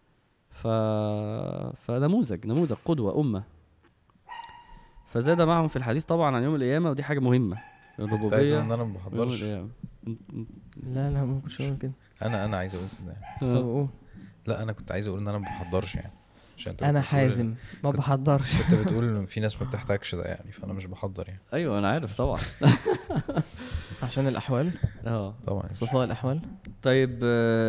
فنموذج قدوة أمة. فزاد معهم في الحديث طبعا عن يوم القيامة، ودي حاجة مهمة، الربوبية. عايز ان انا ما بحضرش؟ لا ممكن شو كده، انا عايز اقول كده. طب قول. لا انا كنت عايز اقول ان انا ما بحضرش يعني، انا حازم ما بحضرش. كنت بتقول ان في ناس ما بتحتاجش ده يعني، فانا مش بحضر يعني. ايوه انا عارف طبعا. عشان الاحوال طبعا صفاء الاحوال. طيب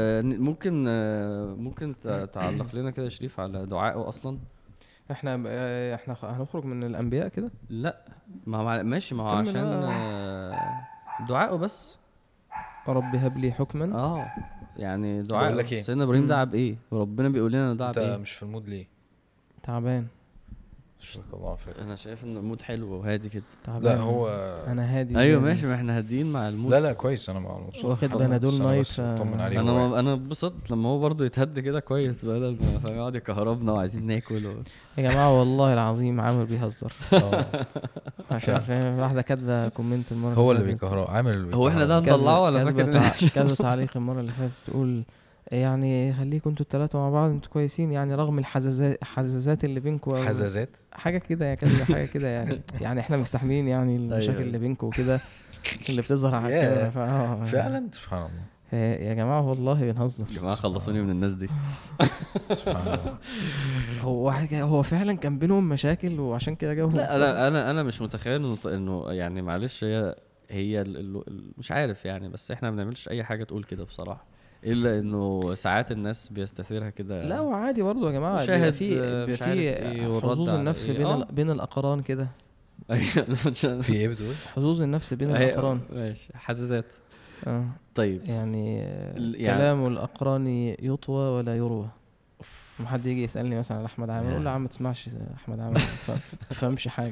ممكن تعلق لنا كده شريف على دعائه اصلا. احنا هنخرج من الانبياء كده؟ لا ما ماشي، ما هو عشان دعائه بس. رب هب لي حكما. يعني دعاء سيدنا ابراهيم دعا بايه، وربنا بيقول لنا دعا بايه. انت مش في المود ليه؟ تعبان. شكرا الله فيك. انا شايف ان المود حلو وهادي كده. لا هو انا هادي. ايوه ماشي، ما احنا هاديين مع المود. لا كويس، انا مبسوط واخد بنادول نايت. انا اتبسطت لما هو برضو يتهد كده كويس، بدل ما يقعد يكهربنا وعايزين ناكل يا جماعه والله العظيم عامر بيهزر. عشان فاهم واحده كاتبه كومنت المره هو اللي بيكهرب، عامر اللي هو احنا ده نطلعه ولا فاكر؟ كاتبه تعليق المره اللي فاتت تقول يعني خليكم انتوا الثلاثه مع بعض، انتوا كويسين يعني رغم الحزازات اللي بينكم. حزازات حاجه كده يا كده، حاجه كده يعني احنا مستحملين يعني المشاكل اللي بينكم وكده اللي بتظهر على الكاميرا. فعلا سبحان الله يا جماعه والله بنهزر يا جماعه، خلصوني من الناس دي. سبحان الله. هو فعلا كان بينهم مشاكل وعشان كده جابهم. لا انا مش متخيل انه يعني معلش هي مش عارف يعني، بس احنا ما بنعملش اي حاجه تقول كده بصراحه، الا انه ساعات الناس بيستثيرها كده. لا وعادي برضه يا جماعه، في حظوظ النفس بين الاقران كده. في ايه بتقول؟ حظوظ النفس بين الاقران. ماشي، حزازات. طيب يعني كلام الاقران يطوى ولا يروى. لما حد يجي يسالني مثلا على احمد عامر اقول له يا عم ما تسمعش احمد عامر، ما تفهمش حاجه.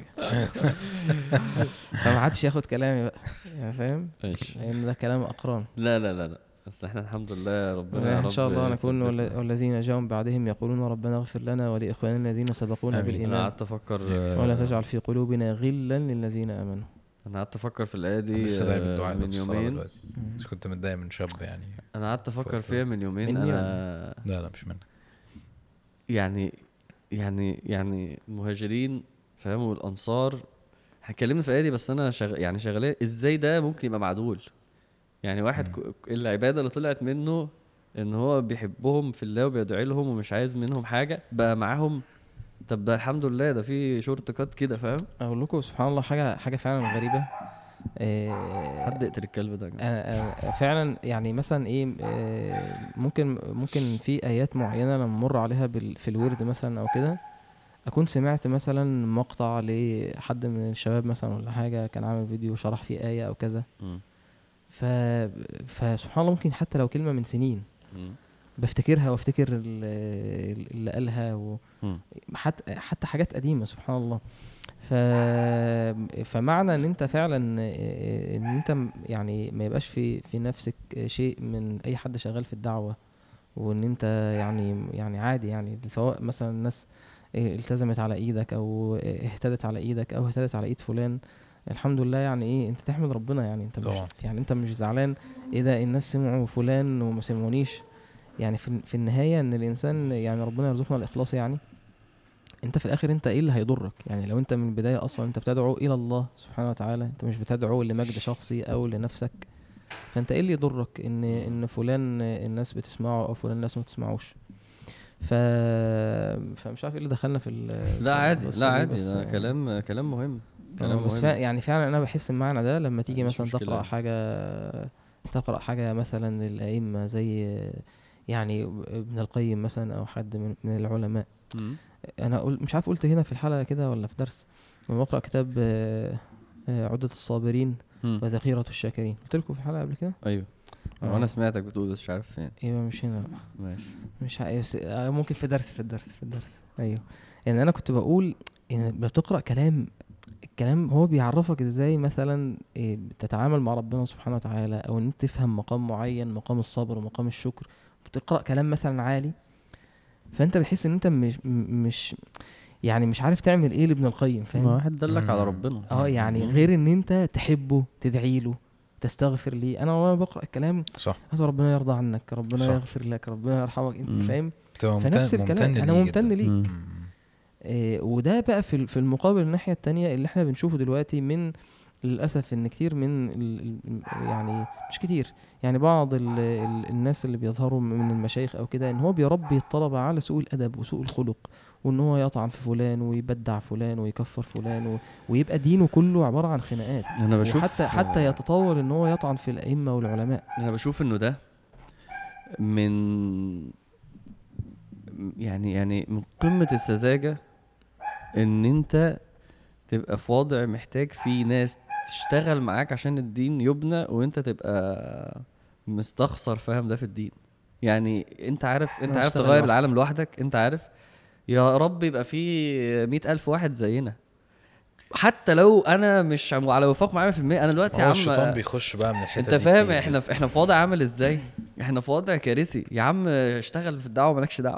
فما حدش ياخد كلامي بقى يعني، فاهم؟ لان ده كلام اقران. لا لا لا لا، بس احنا الحمد لله ربنا ان شاء الله نكون والذين جاءوا بعدهم يقولون ربنا اغفر لنا ولاخواننا الذين سبقونا بالايمان. انا قعدت افكر ولا تجعل في قلوبنا غلا للذين امنوا. انا قعدت افكر في الايه دي من يومين، بس كنت متضايق من شاب يعني. انا قعدت افكر فيها من يومين. انا لا مش منك يعني المهاجرين فاهم والانصار، احنا اتكلمنا في الايه دي، بس انا يعني شغالين ازاي ده ممكن يبقى معدول. يعني واحد العباده اللي طلعت منه ان هو بيحبهم في الله وبيدعي لهم ومش عايز منهم حاجه، بقى معاهم. طب ده الحمد لله، ده في شورت كات كده، فاهم؟ اقول لكم سبحان الله حاجه فعلا غريبه. حد يقتل الكلب ده فعلا يعني مثلا ايه، ممكن في ايات معينه لما مر عليها في الورد مثلا او كده، اكون سمعت مثلا مقطع لحد من الشباب مثلا ولا حاجه كان عامل فيديو شرح فيه ايه او كذا، فسبحان الله ممكن حتى لو كلمه من سنين بفتكرها وافتكر اللي قالها حتى حاجات قديمه سبحان الله. فمعنى ان انت فعلا ان انت يعني ما يبقاش في نفسك شيء من اي حد شغال في الدعوه، وان انت يعني عادي، يعني سواء مثلا الناس التزمت على ايدك او اهتدت على ايدك او اهتدت على ايد فلان، الحمد لله. يعني ايه انت تحمد ربنا، يعني انت مش يعني انت مش زعلان ايه ده الناس سمعوا فلان وما سمعونيش. يعني في النهايه ان الانسان يعني ربنا يرزقنا الاخلاص. يعني انت في الاخر انت ايه اللي هيضرك؟ يعني لو انت من البدايه اصلا انت بتدعو الى الله سبحانه وتعالى، انت مش بتدعو لمجد شخصي او لنفسك، فانت ايه اللي يضرك ان فلان الناس بتسمعه او فلان الناس ما بتسمعوش؟ فمش عارف ايه اللي دخلنا في لا عادي لا عادي، ده كلام مهم، كلام بس مهم. يعني فعلا انا بحس المعنى ده لما تيجي مثلا تقرا حاجه مثلا للائمه زي يعني ابن القيم مثلا او حد من العلماء. انا مش عارف قلت هنا في الحلقه كده ولا في درس لما بقرا كتاب عدة الصابرين وذخيرة الشاكرين، قلت لكم في الحلقه قبل كده. ايوه وانا سمعتك بتقول مش عارف فين. ايوه مش هنا، ماشي مش عارف ممكن في درس. ايوه يعني انا كنت بقول ان بتقرا الكلام هو بيعرفك ازاي مثلا تتعامل مع ربنا سبحانه وتعالى، او ان تفهم مقام معين، مقام الصبر ومقام الشكر. بتقرا كلام مثلا عالي، فانت بتحس ان انت مش يعني مش عارف تعمل ايه لابن القيم، فاهم؟ واحد دلك على ربنا. يعني غير ان انت تحبه، تدعي له، تستغفر ليه. انا وانا بقرا الكلام صح، ربنا يرضى عنك، ربنا يغفر لك، ربنا يرحمك، انت فاهم؟ فنفس الكلام انا ممتن ليك. وده بقى في المقابل الناحيه التانية اللي احنا بنشوفه دلوقتي، من للاسف ان كتير من يعني مش كتير، يعني بعض الناس اللي بيظهروا من المشايخ او كده، ان هو بيربي الطلبه على سوء الادب وسوء الخلق، وان هو يطعن في فلان ويبدع فلان ويكفر فلان ويبقى دينه كله عباره عن خناقات. انا بشوف حتى يتطور ان هو يطعن في الائمه والعلماء. انا بشوف انه ده من يعني من قمه السذاجه ان انت تبقى في وضع محتاج في ناس تشتغل معاك عشان الدين يبنى، وانت تبقى مستخسر فاهم ده في الدين. يعني انت عارف تغير العالم لوحدك، انت عارف يا رب يبقى في 100,000 واحد زينا، حتى لو انا مش على وفاق معايا في المية. انا دلوقتي يا عم الشيطان بيخش بقى من الحته دي، انت فاهم؟ احنا في وضع عامل ازاي؟ احنا في وضع كارثي يا عم. اشتغل في الدعوه مالكش دعوه.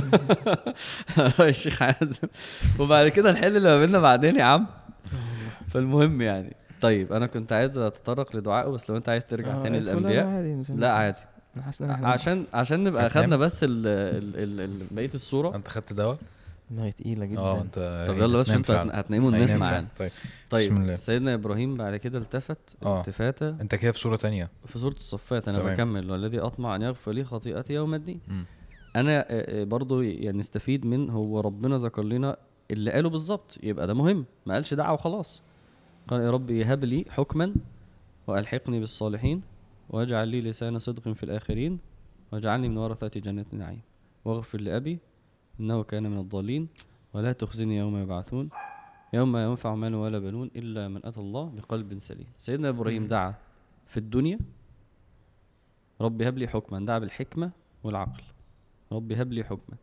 الشيخ حازم، وبعد كده الحل اللي ما بيننا بعدين يا عم. فالمهم يعني طيب انا كنت عايز اتطرق لدعائه، بس لو انت عايز ترجع تاني للانبياء لا عادي، عشان نبقى خدنا بس بقيه الصوره. انت خدت دواء دماغي تقيله جدا. انت طب يلا بس انت هتنيموا الناس معانا. طيب سيدنا ابراهيم بعد كده التفت التفاته. انت كده في صوره تانية، في سوره الصفات. انا بكمل والذي اطمع ان يغفر لي خطيئتي يوم الدين. انا برضو يعني نستفيد من هو ربنا ذكر لنا اللي قاله بالظبط، يبقى ده مهم. ما قالش دعوه وخلاص، قال يا رب هب لي حكما والحقني بالصالحين واجعل لي لسان صدق في الاخرين واجعلني من ورثة جنة النعيم واغفر لأبي إنه كان من الضالين ولا تخزني يوم يبعثون يوم ما ينفع مال ولا بنون إلا من أتى الله بقلب سليم. سيدنا إبراهيم دعا في الدنيا رب هب لي حكما، دعا بالحكمة والعقل، رب هب لي حكما.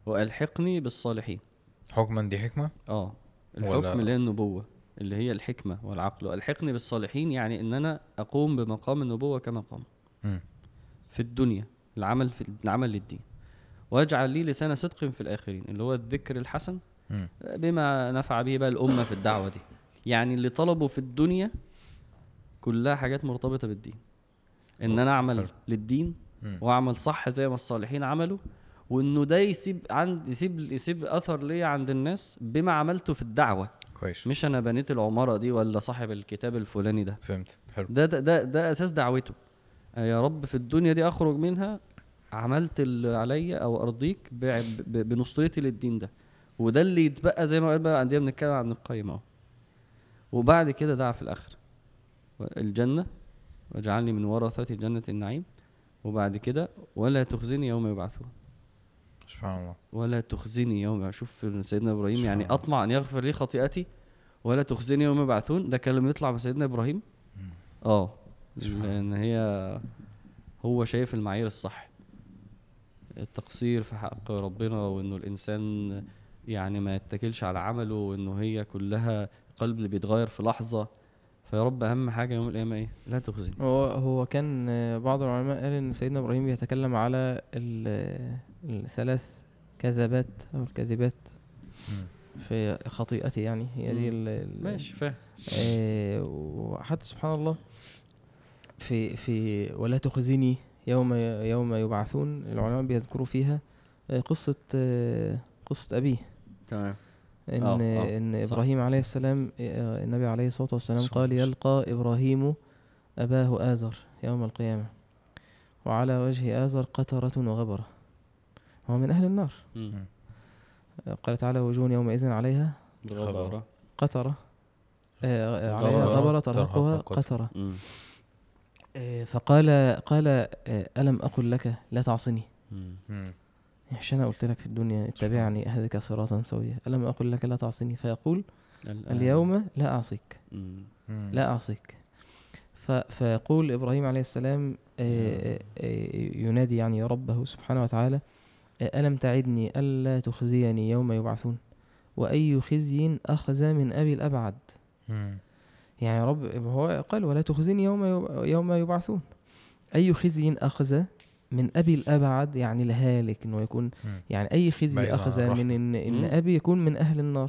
والحقني بالصالحين. حكما دي حكمه الحكم اللي هي النبوه، اللي هي الحكمه والعقل. والحقني بالصالحين يعني ان انا اقوم بمقام النبوه كما قام في الدنيا، العمل للدين. واجعل لي لسان صدق في الاخرين، اللي هو الذكر الحسن بما نفع به بقى الامه في الدعوه دي. يعني اللي طلبوا في الدنيا كلها حاجات مرتبطه بالدين، ان انا اعمل للدين واعمل صح زي ما الصالحين عملوا، وانه ده يسيب اثر ليا عند الناس بما عملته في الدعوه. كويس. مش انا بنيت العماره دي ولا صاحب الكتاب الفلاني ده. فهمت. حلو. ده اساس دعوته. يا رب في الدنيا دي اخرج منها عملت اللي عليا او ارضيك بنصرتي للدين ده، وده اللي يتبقى زي ما قال بقى عندنا بنتكلم عن القيم اهو. وبعد كده دعا في الاخر الجنه واجعلني من ورثة جنة النعيم. وبعد كده ولا تخزني يوم يبعثون. سبحان الله. ولا تخزني يوم، شوف سيدنا ابراهيم يعني اطمع ان يغفر لي خطيئتي ولا تخزني يوم يبعثون. ده كلام يطلع من سيدنا ابراهيم. لان هو شايف المعايير الصح، التقصير في حق ربنا، وانه الانسان يعني ما يتكلش على عمله، وانه هي كلها قلب اللي بيتغير في لحظة. فيا رب اهم حاجة يوم القيامة ايه؟ لا تخزني. هو كان بعض العلماء قال ان سيدنا ابراهيم بيتكلم على الثلاث كذبات او الكذبات في خطيئته، يعني هي دي ماشي فاهم. وحتى سبحان الله في ولا تخزني يوم يبعثون، العلماء بيذكروا فيها قصة أبيه. تمام. إن إبراهيم عليه السلام، النبي عليه الصلاة والسلام قال يلقى إبراهيم أباه آزر يوم القيامة وعلى وجه آزر قطرة وغبرة، هو من أهل النار. قال تعالى وجوه يومئذ عليها قطرة عليها غبرة ترهقها قطرة. فقال ألم أقل لك لا تعصني؟ عشان أنا قلت لك في الدنيا اتبعني أهدك صراطا سويا، ألم أقل لك لا تعصني؟ فيقول اليوم لا أعصيك لا أعصيك. فيقول إبراهيم عليه السلام ينادي يعني ربه سبحانه وتعالى ألم تعدني ألا تخزيني يوم يبعثون وأي خزي أخذ من أبي الأبعد. يعني رب هو قال ولا تخزيني يوم يبعثون، أي خزي أخذ من أبي الأبعد يعني الهالك، إنه يكون يعني أي خزي أخذ من إن أبي يكون من أهل النار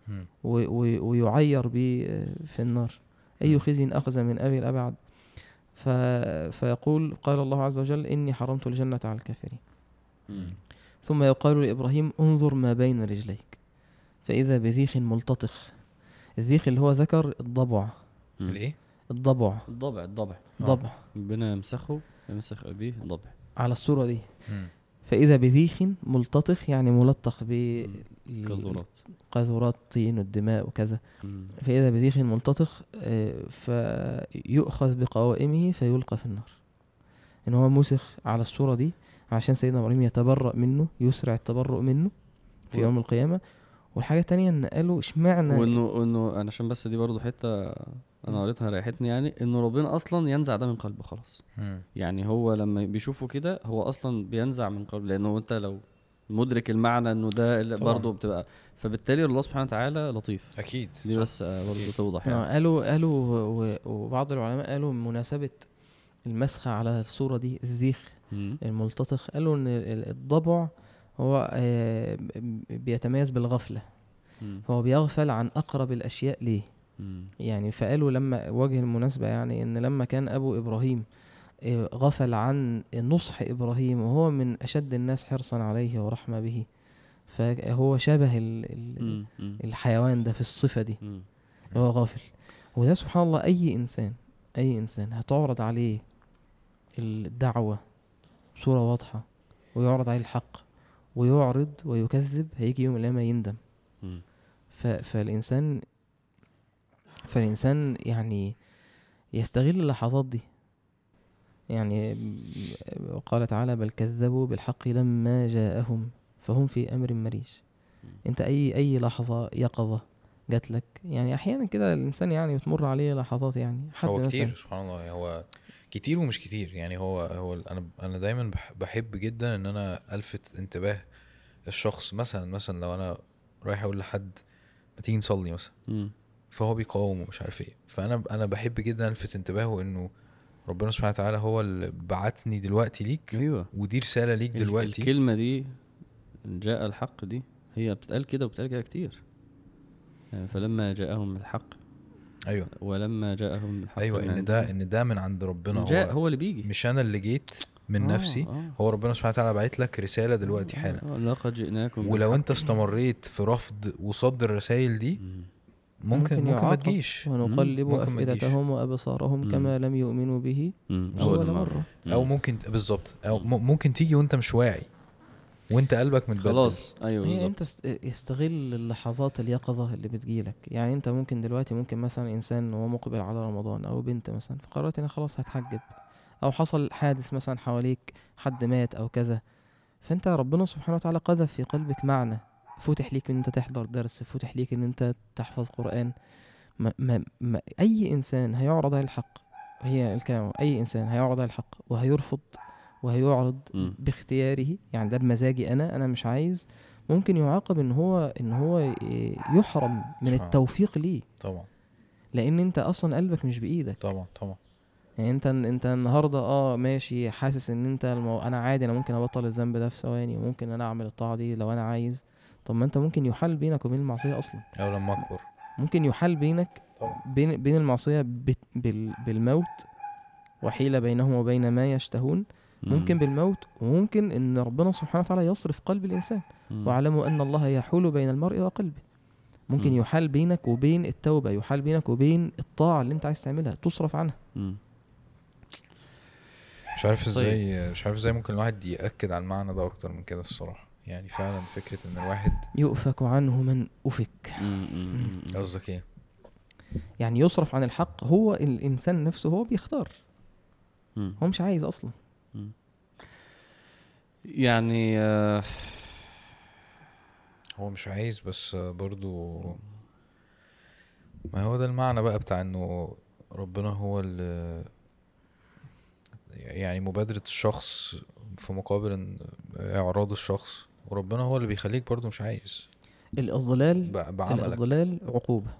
ويعير به في النار. أي خزي أخذ من أبي الأبعد. فيقول قال الله عز وجل إني حرمت الجنة على الكافرين. ثم يقال لإبراهيم انظر ما بين رجليك فإذا بذيخ ملتطخ. الذيخ اللي هو ذكر الضبع. الايه؟ الضبع. ربنا يمسخ أبيه ضبع على الصورة دي. فإذا بذيخ ملتطخ يعني ملطخ بقذورات طين والدماء وكذا. فإذا بذيخ ملتطخ فيؤخذ بقوائمه فيلقى في النار. إن هو مسخ على الصورة دي عشان سيدنا إبراهيم يتبرأ منه، يسرع التبرؤ منه في يوم القيامة. والحاجة التانية إن قالوا إشمعنا وإنه أنا عشان بس دي برضو حتة أنا قريتها ريحتني، يعني إنه ربنا أصلا ينزع ده من قلبه خلاص. يعني هو لما بيشوفه كده هو أصلا بينزع من قلبه، لأنه أنت لو مدرك المعنى إنه ده برضو بتبقى، فبالتالي الله سبحانه وتعالى لطيف. أكيد دي بس برضو توضح يعني. قالوا وبعض العلماء قالوا مناسبة المسخة على الصورة دي الزيخ الملتطخ، قالوا إن الضبع هو بيتميز بالغفلة، فهو بيغفل عن أقرب الأشياء ليه. يعني فقالوا لما وجه المناسبة يعني إن لما كان أبو إبراهيم غفل عن نصح إبراهيم وهو من أشد الناس حرصا عليه ورحمة به، فهو شبه الحيوان ده في الصفة دي، هو غافل. وده سبحان الله أي إنسان هتعرض عليه الدعوة بصورة واضحة ويعرض عليه الحق ويعرض ويكذب، هيجي يوم القيامة يندم. فالإنسان يعني يستغل اللحظات دي. يعني قال تعالى بل كذبوا بالحق لما جاءهم فهم في أمر مريج. انت اي لحظة يقظة جات لك، يعني احيانا كده الانسان يعني بتمر عليه لحظات، يعني حد هو كتير سبحان الله، هو كتير ومش كتير. يعني هو انا دايما بحب جدا ان انا الفت انتباه الشخص مثلا لو انا رايح اقول لحد ما تيجي نصلي مثلا، فهو بيقاوم ومش عارف ايه، فانا بحب جدا الفت انتباهه انه ربنا سبحانه وتعالى هو اللي بعتني دلوقتي ليك. ايوه ودي رساله ليك دلوقتي. الكلمه دي جاء الحق دي هي بتتقال كده وبتتقال كده كتير يعني، فلما جاءهم الحق. ايوه ولما جاءهم الحق. ايوه ان ده من عند ربنا، هو اللي بيجي، مش انا اللي جيت من نفسي. هو ربنا سبحانه وتعالى باعت لك رساله دلوقتي حالا. لقد جئناكم ولو بالحق. انت استمريت في رفض وصد الرسائل دي ممكن ما تجيش. ونقلب أفئدتهم وأبصارهم كما لم يؤمنوا به أول مرة. أو ممكن بالظبط، أو ممكن تيجي وانت مش واعي وانت قلبك متبدل. خلاص ايوه بالظبط. انت استغل اللحظات اليقظة اللي بتجيلك. يعني انت ممكن دلوقتي مثلا انسان هو مقبل على رمضان، او بنت مثلا فقررت ان خلاص هتحجب، او حصل حادث مثلا حواليك، حد مات او كذا، فانت ربنا سبحانه وتعالى قذف في قلبك معنى، فتح ليك ان انت تحضر درس، فتح ليك ان انت تحفظ قرآن. ما اي انسان هيعرض على الحق، هي الكلام، اي انسان هيعرض على الحق وهيرفض وهيعرض باختياره، يعني ده بمزاجي انا مش عايز، ممكن يعاقب ان هو يحرم من التوفيق ليه. طبعا. لان انت اصلا قلبك مش بايدك. طبعا. يعني انت النهارده ماشي حاسس ان انت انا عادي، انا ممكن ابطل الذنب ده في ثواني، وممكن انا اعمل الطاعه دي لو انا عايز. طب ما انت ممكن يحال بينك وبين المعصيه اصلا، او لما اكبر ممكن يحال بينك بين المعصيه بالموت، وحيل بينهم وبين ما يشتهون. ممكن بالموت، وممكن ان ربنا سبحانه وتعالى يصرف قلب الانسان. واعلموا ان الله يحول بين المرء وقلبه. ممكن يحال بينك وبين التوبه، يحال بينك وبين الطاعه اللي انت عايز تعملها، تصرف عنها. مش عارف ازاي ممكن الواحد يأكد على المعنى ده اكتر من كده الصراحه. يعني فعلا فكره ان الواحد يؤفك عنه من أفك. قصدك ايه؟ يعني يصرف عن الحق. هو الانسان نفسه هو بيختار، هو مش عايز اصلا. يعني هو مش عايز، بس برضو ما هو ده المعنى بقى بتاع انه ربنا هو اللي يعني مبادرة الشخص في مقابل اعراض الشخص، وربنا هو اللي بيخليك برضو مش عايز. الإضلال عقوبة.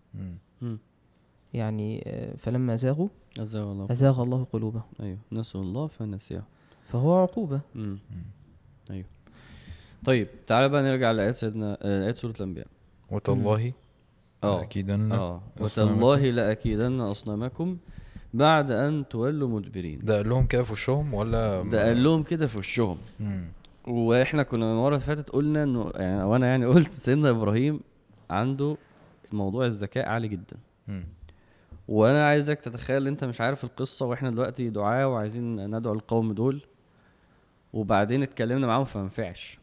يعني فلما زاغوا أزاغ الله قلوبهم. ايوه نسوا الله فنسيهم، فهو عقوبة. ايوه. طيب تعال بقى نرجع لآيات سيدنا آيات سورة الأنبياء. وتالله لأكيدن وتالله لأكيدن أصنامكم بعد أن تولوا مدبرين. ده قال لهم كده في وشهم ولا ده قال لهم كده في وشهم؟ واحنا كنا المره اللي فاتت قلنا انه يعني وانا يعني قلت سيدنا ابراهيم عنده موضوع الذكاء عالي جدا. وانا عايزك تتخيل انت مش عارف القصه، واحنا دلوقتي دعاء وعايزين ندعو القوم دول، وبعدين اتكلمنا معاهم فما نفعش.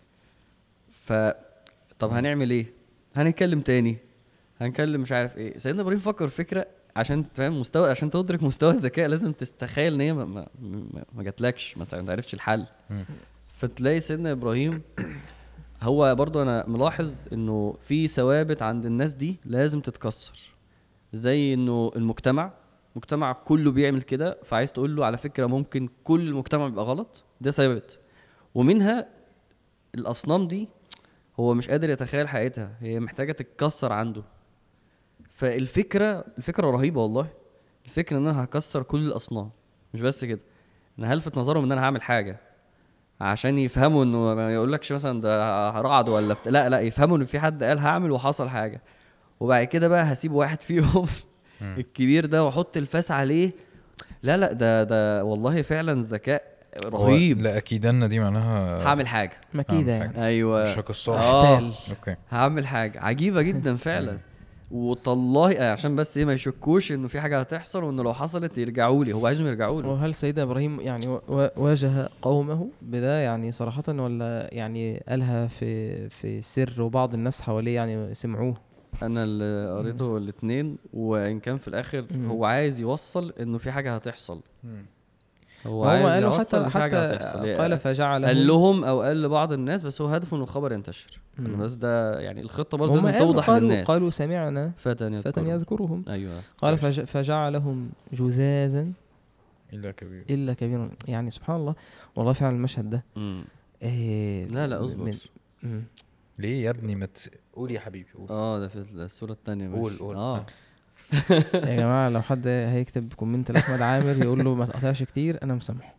طب هنعمل ايه؟ هنتكلم تاني، هنكلم مش عارف ايه. سيدنا ابراهيم فكر فكره عشان تفهم مستوى، عشان تدرك مستوى الذكاء لازم تستخيل ان هي ما جاتلكش، ما عرفتش الحل. فتلاقي سيدنا ابراهيم هو برضو انا ملاحظ انه في ثوابت عند الناس دي لازم تتكسر، زي انه المجتمع كله بيعمل كده، فعايز تقول له على فكرة ممكن كل المجتمع يبقى غلط، ده ثابت. ومنها الاصنام دي هو مش قادر يتخيل حقيقتها، هي محتاجة تتكسر عنده. فالفكرة رهيبة والله. الفكرة ان انا هكسر كل الاصنام، مش بس كده، انا هلفت نظرهم ان انا هعمل حاجة عشان يفهموا انه ما يقولكش مثلا ده رعد ولا لا يفهموا ان في حد قال هعمل وحصل حاجة. وبعد كده بقى هسيب واحد فيهم الكبير ده واحط الفاس عليه. لا ده والله فعلا ذكاء رهيب. لا اكيدن دي معناها هعمل حاجة مكيدة يعني. ايوه مش هكسرها. اوكي هعمل حاجة عجيبة جدا فعلا. وطالله عشان بس ما يشكوش انه في حاجه هتحصل، وانه لو حصلت يرجعوا لي، هو عايزهم يرجعوا له. وهل سيدنا ابراهيم يعني واجه قومه بدا يعني صراحه، ولا يعني قالها في سر وبعض الناس حواليه يعني سمعوه؟ انا اللي قريته الاثنين، وان كان في الاخر هو عايز يوصل انه في حاجه هتحصل. هو عايز يوصل حتى قال فجعلهم، قال لهم او قال لبعض الناس، بس هو هدفه انه الخبر ينتشر. بس ده يعني الخطه برضه لازم توضح للناس. قالوا سمعنا فتى يذكرهم. ايوه قال فجعلهم جذاذا الا كبير. يعني سبحان الله والله فعلا المشهد ده لا اصبر. ليه يا ابني؟ قول يا حبيبي قول. ده في الصورة التانية. قول. يا جماعة لو حد هيكتب كومنت لأحمد عامر يقول له ما تقطعش كتير انا مسامحه.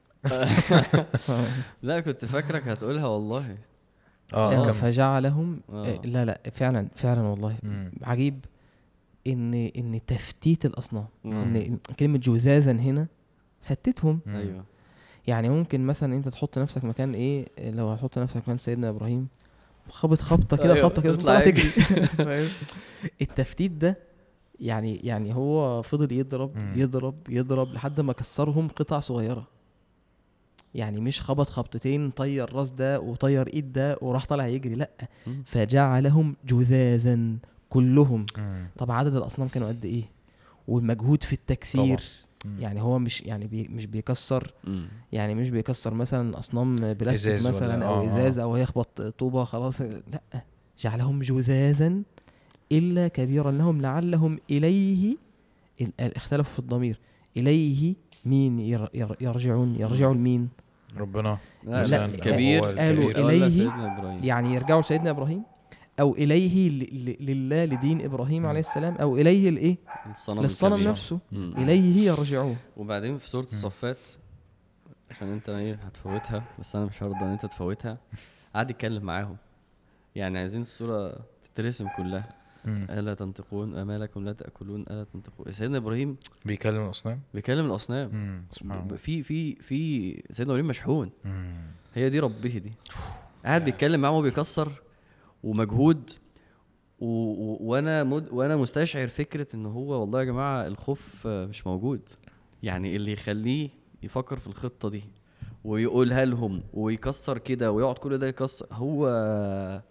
لا كنت فاكرك هتقولها والله. فجعلهم لا فعلا والله. عجيب ان تفتيت الاصنام، ان كلمة جذاذا هنا فتتهم. ايوه يعني ممكن مثلا انت تحط نفسك مكان ايه، لو هتحط نفسك مكان سيدنا ابراهيم خبطة كده تطلع تجري. التفتيت ده يعني هو فضل يضرب لحد ما كسرهم قطع صغيرة. يعني مش خبطتين طير راس ده وطير ايد ده وراح طالع يجري، لا فجعلهم جذاذا كلهم. طب عدد الاصنام كانوا قد ايه، والمجهود في التكسير طبعا. يعني هو مش يعني مش بيكسر يعني مش بيكسر مثلا اصنام بلاستيك مثلا او ازاز او يخبط طوبه خلاص، لا جعلهم جذاذا الا كبيرا لهم لعلهم اليه. اختلفوا في الضمير، اليه مين يرجعون مين؟ ربنا. لا كبير قالوا اليه يعني يرجعوا لسيدنا ابراهيم، او اليه لله لدين ابراهيم عليه السلام، او اليه الايه للصنم نفسه. اليه يرجعون. وبعدين في سورة الصفات، عشان انت هتفوتها بس انا مش هرضى ان انت تفوتها، قاعد يتكلم معاهم. يعني عايزين السورة تترسم كلها. ألا تنطقون أما لكم لا تأكلون ألا تنطقون. سيدنا إبراهيم بيكلم الأصنام. في سيدنا إبراهيم مشحون. هي دي ربه دي. قاعد بيتكلم معه وبيكسر ومجهود وانا مستشعر فكرة ان هو والله يا جماعة الخوف مش موجود. يعني اللي يخليه يفكر في الخطة دي ويقولها لهم ويكسر كده ويقعد كل ده يكسر، هو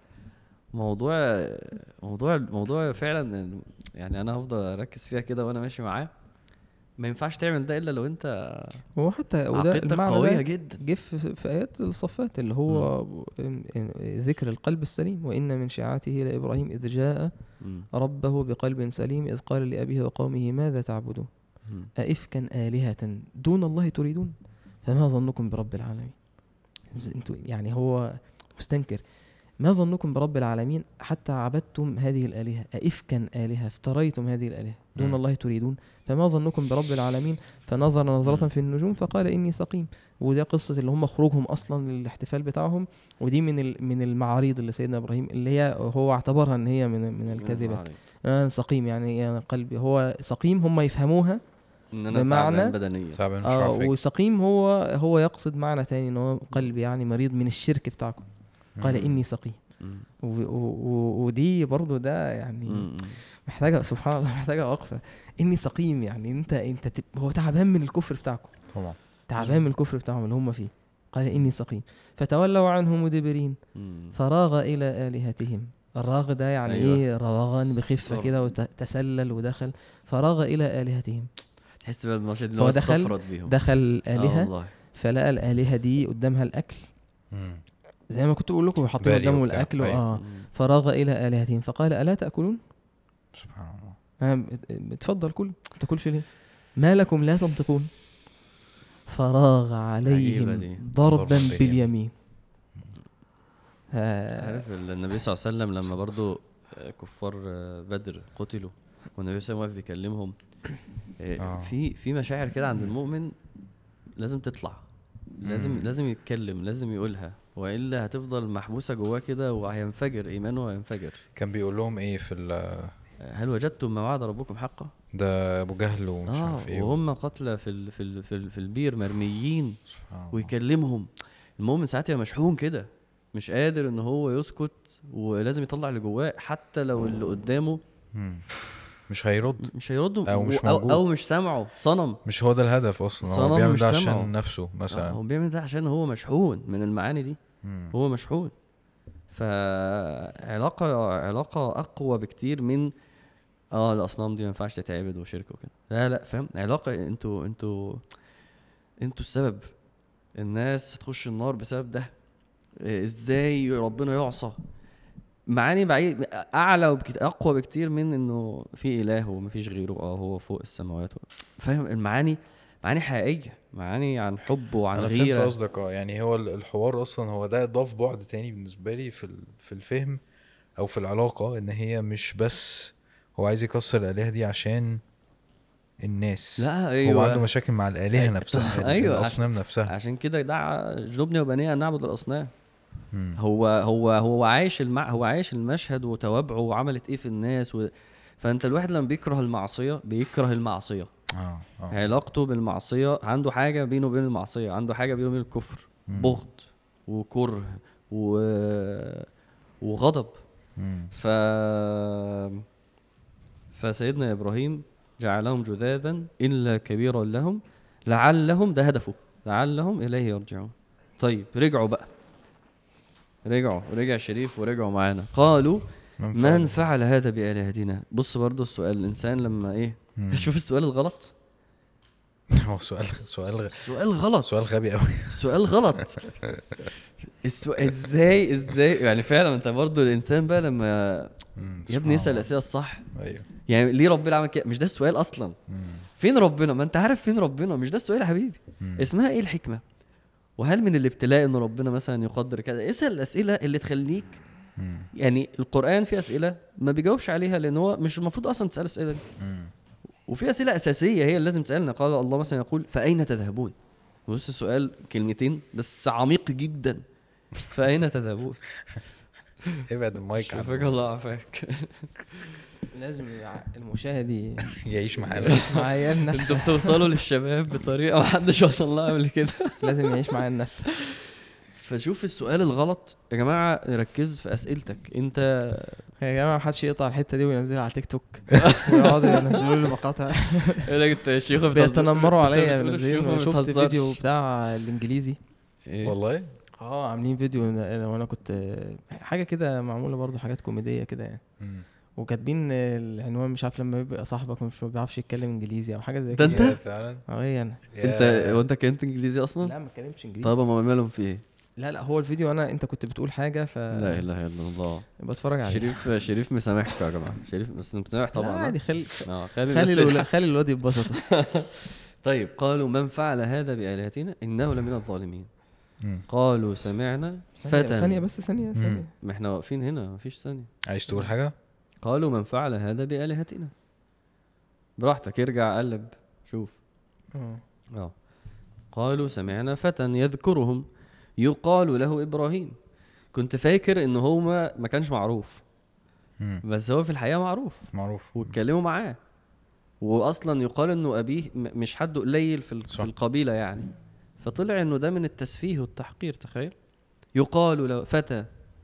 موضوع فعلا. يعني انا هفضل اركز فيها كده وانا ماشي معاه. ما ينفعش تعمل ده الا لو انت هو حتى وده المعنى قوية جدا جه في ايات الصفات اللي هو ذكر القلب السليم. وان من شيعته لابراهيم اذ جاء ربه بقلب سليم اذ قال لابيه وقومه ماذا تعبدون أئفكا آلهة دون الله تريدون فما ظنكم برب العالمين. انتوا يعني هو مستنكر، ما ظنكم برب العالمين حتى عبدتم هذه الآلهة، أئفكا آلهة افتريتم هذه الآلهة دون الله تريدون فما ظنكم برب العالمين. فنظر نظرة في النجوم فقال إني سقيم. وده قصة اللي هم خروجهم أصلا للاحتفال بتاعهم، ودي من المعاريض اللي سيدنا إبراهيم اللي هي هو اعتبرها إن هي من الكذبات. أنا سقيم يعني قلبي هو سقيم، هم يفهموها بمعنى بدنية وسقيم هو يقصد معنى تاني إن هو قلبي يعني مريض من الشرك بتاعكم. قال إني سقيم. ودي برضو ده يعني محتاجة سبحان الله محتاجة وقفة. إني سقيم يعني انت هو تعبان من الكفر بتاعكم طبعا، تعبان من الكفر بتاعهم اللي هم فيه. قال إني سقيم فتولوا عنه مدبرين فراغ إلى آلهتهم. الراغ ده يعني إيه؟ روغان بخفة كده وتسلل ودخل. فراغ إلى آلهتهم. تحس بالمشهد اللي هو استفرد بيهم. دخل الآلهة فلقى الآلهة دي قدامها الأكل زي ما كنت اقول لكم حاطين قدامهم الاكل فراغ الى الهتهم فقال الا تاكلون. سبحان الله. اتفضل كل ما تاكلش ليه؟ ما لكم لا تنطقون. فراغ عليهم ضربا باليمين. عارف النبي صلى الله عليه وسلم لما برضو كفار بدر قتلوا والنبي صلى الله عليه وسلم بيكلمهم في مشاعر كده عند المؤمن لازم تطلع، لازم يتكلم، لازم يقولها، والا هتفضل محبوسه جواه كده وهينفجر ايمانه هينفجر. كان بيقول لهم ايه في هل وجدتم ما وعد ربكم حقا؟ ده ابو جهل ومش عارف ايه وهم قتلى في البير مرميين ويكلمهم. المؤمن ساعتها مشحون كده مش قادر ان هو يسكت ولازم يطلع اللي جواه حتى لو اللي قدامه مش هيرد او مش موجود او مش سامعه. صنم مش هو ده الهدف اصلا. هو بيعمل ده عشان نفسه مثلا. هو بيعمل ده عشان هو مشحون من المعاني دي. هو مشحون. فعلاقة اقوى بكتير من الاصنام دي ما ينفعش تتعبد وشرك وكده. لا فاهم علاقة انتوا السبب. الناس تخش النار بسبب ده. ازاي ربنا يعصى؟ معاني بعيد اعلى اقوى بكتير من انه في اله ومفيش غيره. هو فوق السماوات. فاهم المعاني معاني حقيقيه، معاني عن حب وعن انا غيره. فهمت قصدك. يعني هو الحوار اصلا هو ده ضاف بعد تاني بالنسبه لي في الفهم او في العلاقه، ان هي مش بس هو عايز يكسر الالهه دي عشان الناس. لا هو ايوه عنده مشاكل مع الالهه نفسها، ايوه الاصنام نفسها. عشان كده دعا جنوبني وبني ان نعبد الاصنام. مم. هو عايش هو عايش المشهد وتوابعه وعملت ايه في الناس فانت الواحد لما بيكره المعصيه بيكره المعصيه. علاقته بالمعصيه، عنده حاجه بينه وبين المعصيه، عنده حاجه بينه وبين الكفر. بغض وكره وغضب. فسيدنا ابراهيم جعلهم جذاذا الا كبيرا لهم لعلهم، ده هدفه، لعلهم اليه يرجعون. طيب رجعوا بقى، رجع شريف ورجعوا معانا. قالوا من فعل هذا بآلهتنا. بص برضو السؤال، الانسان لما ايه شوف السؤال الغلط. هو سؤال غلط، سؤال غبي قوي. سؤال غلط. ازاي يعني فعلا انت برضو الانسان بقى لما يا ابني يسأل الاسئله الصح. ايوه يعني ليه ربنا عمل كده؟ مش ده السؤال اصلا. فين ربنا؟ ما انت عارف فين ربنا، مش ده السؤال يا حبيبي. اسمها ايه الحكمه؟ وهل من الابتلاء ان ربنا مثلا يقدر كده؟ اسال الاسئله اللي تخليك يعني القران فيه اسئله ما بيجاوبش عليها لان هو مش المفروض اصلا تسال الاسئله دي. وفي اسئله اساسيه هي اللي لازم تسالنا. قال الله مثلا يقول فاين تذهبون. بص السؤال كلمتين بس عميق جدا. فاين تذهبون. ابعد المايك عنه. شوفك الله عافاك. لازم المشاهد يعيش معانا. معايا. انتوا بتوصلوا للشباب بطريقه ما حدش وصل لها قبل كده. لازم يعيش معايا النف. فشوف السؤال الغلط يا جماعه، ركز في اسئلتك انت يا جماعه. ما حدش يقطع الحته دي وينزلها على تيك توك ويقعدوا ينزلوا لي مقاطع. انت يا شيخ بيتنمروا عليا منزلين. شفت فيديو بتاع الانجليزي والله عاملين فيديو وانا كنت حاجه كده معموله برضو حاجات كوميديه كده يعني. وكاتبين العنوان مش عارف لما يبقى صاحبك مش بيعرفش يتكلم انجليزي او حاجه زي كده. ده انت فعلا انا وانت كنت انجليزي اصلا؟ لا ما اتكلمتش انجليزي. طب ما مالهم في ايه؟ لا هو الفيديو انت كنت بتقول حاجه لا اله الا الله. بتفرج عليه. شريف مسامحك يا جماعه. شريف مسامح طبعا. عادي. خلي الواد يتبسط. طيب قالوا من فعل هذا بآلهتنا إنه لمن الظالمين. قالوا سمعنا فتى. ثانية ما احنا واقفين هنا مفيش ثانية. عايز تقول حاجة؟ قالوا من فعل هذا بآلهتنا. براحتك ارجع قلب شوف. قالوا سمعنا فتى يذكرهم يقال له إبراهيم. كنت فاكر إن هو ما كانش معروف، بس هو في الحقيقة معروف واتكلموا معاه. واصلا يقال انه ابيه مش حد قليل في القبيله يعني. فطلع انه ده من التسفيه والتحقير. تخيل يقال له فتى.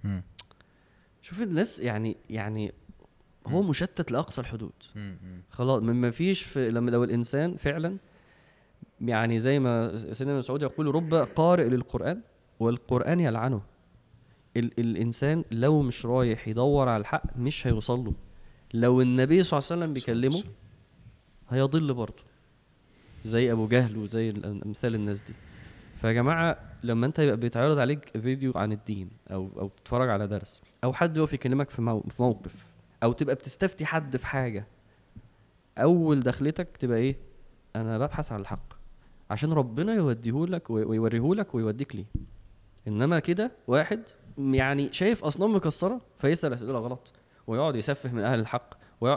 شوف الناس يعني هو مشتت لاقصى الحدود. خلاص ما فيش لما لو الانسان فعلا يعني زي ما سيدنا مسعود يقول رب قارئ للقران والقران يلعنه. الانسان لو مش رايح يدور على الحق مش هيوصل له. لو النبي صلى الله عليه وسلم بيكلمه هيضل برضه زي ابو جهل وزي امثال الناس دي. فيا جماعه لما انت يبقى بيتعرض عليك فيديو عن الدين او بتتفرج على درس او حد يقف يكلمك في موقف او تبقى بتستفتي حد في حاجه، اول دخلتك تبقى ايه؟ انا ببحث عن الحق عشان ربنا يوديهولك ويوريهولك ويوديك ليه. انما كده واحد يعني شايف اصنام مكسره فيسال اسئله غلط ويقعد يسفه من اهل الحق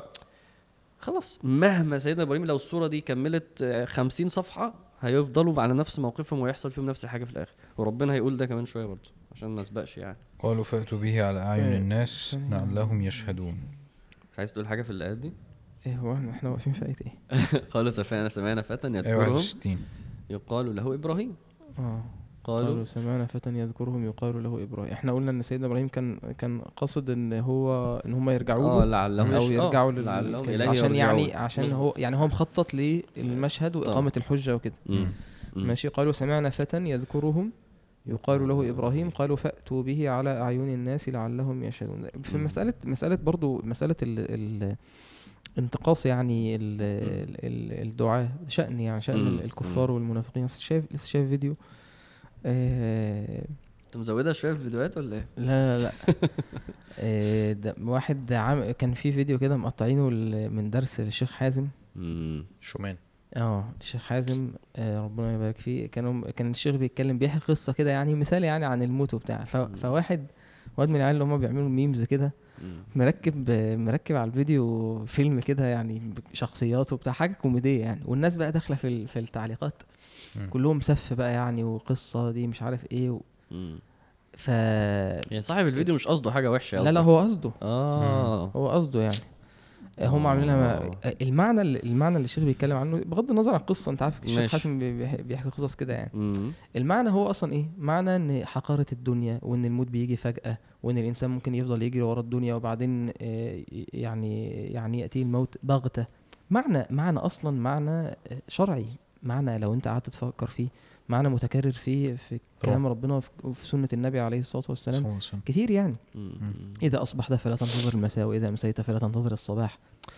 خلاص. مهما سيدنا ابراهيم لو الصوره دي كملت 50 صفحه هيفضلوا على نفس موقفهم ويحصل فيهم نفس الحاجه في الاخر. وربنا هيقول ده كمان شويه برضه عشان ما نسبقش يعني. قالوا فأتوا به على اعين الناس لعلهم يشهدون. مش عايز تقول حاجه في الايات دي؟ ايه هو احنا واقفين في ايه؟ قالوا سمعنا فتى يذكرهم يقال له ابراهيم. قالوا سمعنا فتى يذكرهم يقال له ابراهيم. احنا قلنا ان سيدنا ابراهيم كان قصد ان هم يرجعوا له لعلهم او يرجعوا عشان عشان هو مخطط للمشهد واقامه الحجه وكده. ماشي. قالوا سمعنا فتى يذكرهم يقال له ابراهيم قالوا فأتوا به على اعين الناس لعلهم يشهدون. في مساله برضو مساله انتقاص يعني الدعاء شأن يعني شأن الكفار والمنافقين. لسه شايف فيديو. انت مزودها شويه في الفيديوهات ولا ايه؟ لا ده واحد كان في فيديو كده مقطعينه من درس الشيخ حازم شومان. الشيخ حازم ربنا يبارك فيه، كان الشيخ بيتكلم بيحكي قصه كده يعني مثال يعني عن الموت وبتاع، فواحد من العيال اللي هم بيعملوا ميمز كده مركب على الفيديو فيلم كده يعني شخصيات وبتاع حاجه كوميديه يعني، والناس بقى داخله في التعليقات كلهم سف بقى يعني، وقصه دي مش عارف ايه يعني صاحب الفيديو مش قصده حاجه وحشه. لا هو قصده هو قصده يعني هم عاملينها المعنى اللي الشيخ بيتكلم عنه بغض النظر عن القصه. انت عارف الشيخ حازم بيحكي قصص كده يعني. المعنى هو اصلا ايه؟ معنى ان حقاره الدنيا، وان الموت بيجي فجاه، وان الانسان ممكن يفضل يجري ورا الدنيا وبعدين يعني ياتي الموت بغته. معنى اصلا معنى شرعي، معنى لو انت قعدت تفكر فيه معنى متكرر في كلام ربنا وفي سنة النبي عليه الصلاة والسلام كتير يعني. إذا أصبحت فلا تنتظر المساء، وإذا أمسيت فلا تنتظر الصباح.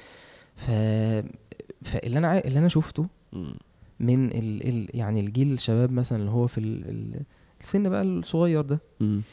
فاللي أنا شفته من يعني الجيل الشباب مثلا اللي هو في السن بقى الصغير ده،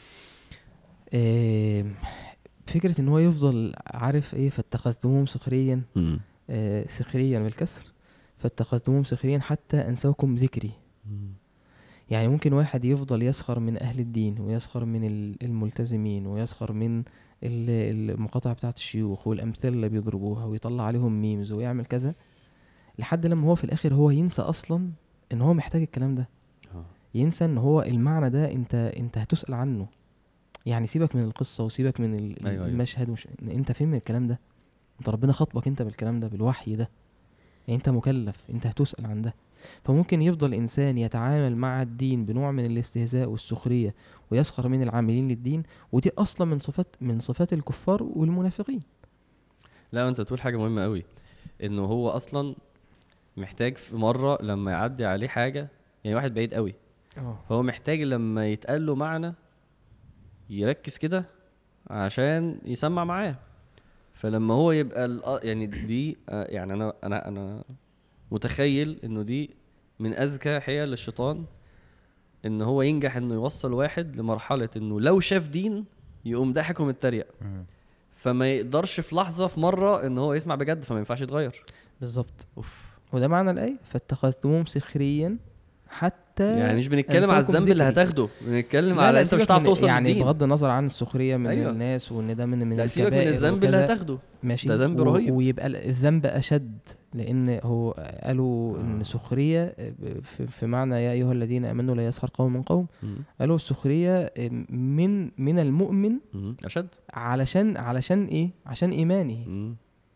فكرة إن هو يفضل عارف إيه، فاتخذتموهم سخريا، سخريا بالكسر، فاتخذتموهم سخريا حتى أنسوكم ذكري. يعني ممكن واحد يفضل يسخر من أهل الدين، ويسخر من الملتزمين، ويسخر من المقاطع بتاعت الشيوخ والأمثال اللي بيضربوها، ويطلع عليهم ميمز ويعمل كذا، لحد لما هو في الآخر هو ينسى أصلا إن هو محتاج الكلام ده. ينسى إن هو المعنى ده أنت هتسأل عنه. يعني سيبك من القصة وسيبك من المشهد أنت فين من الكلام ده؟ أنت ربنا خطبك أنت بالكلام ده، بالوحي ده، يعني أنت مكلف، أنت هتسأل عن ده. فممكن يفضل إنسان يتعامل مع الدين بنوع من الاستهزاء والسخرية، ويسخر من العاملين للدين، ودي أصلا من صفات الكفار والمنافقين. لا أنت تقول حاجة مهمة قوي، إنه هو أصلا محتاج في مرة لما يعدي عليه حاجة، يعني واحد بعيد قوي فهو محتاج لما يتقال له معنى يركز كده عشان يسمع معاه. فلما هو يبقى يعني دي يعني أنا متخيل إنه دي من أذكى حيل الشيطان، إن هو ينجح إنه يوصل واحد لمرحلة إنه لو شاف دين يقوم ضحك ومتريق، فما يقدرش في لحظة في مرة إن هو يسمع بجد، فما ينفعش يتغير. بالظبط. وده معنى الآية، فاتخذتموهم سخريا حتى، يعني مش بنتكلم على الذنب اللي هتاخده، بنتكلم على انت مش هتعرف توصل يعني للدين. بغض النظر عن السخرية من الناس، وان ده من سيبك من الذنب اللي هتاخده، ماشي، ده ذنب رهيب، ويبقى الذنب اشد، لان هو قالوا ان سخرية في معنى يا ايها الذين امنوا لا يسخر قوم من قوم، قالوا السخرية من المؤمن اشد، علشان ايه؟ عشان ايمانه.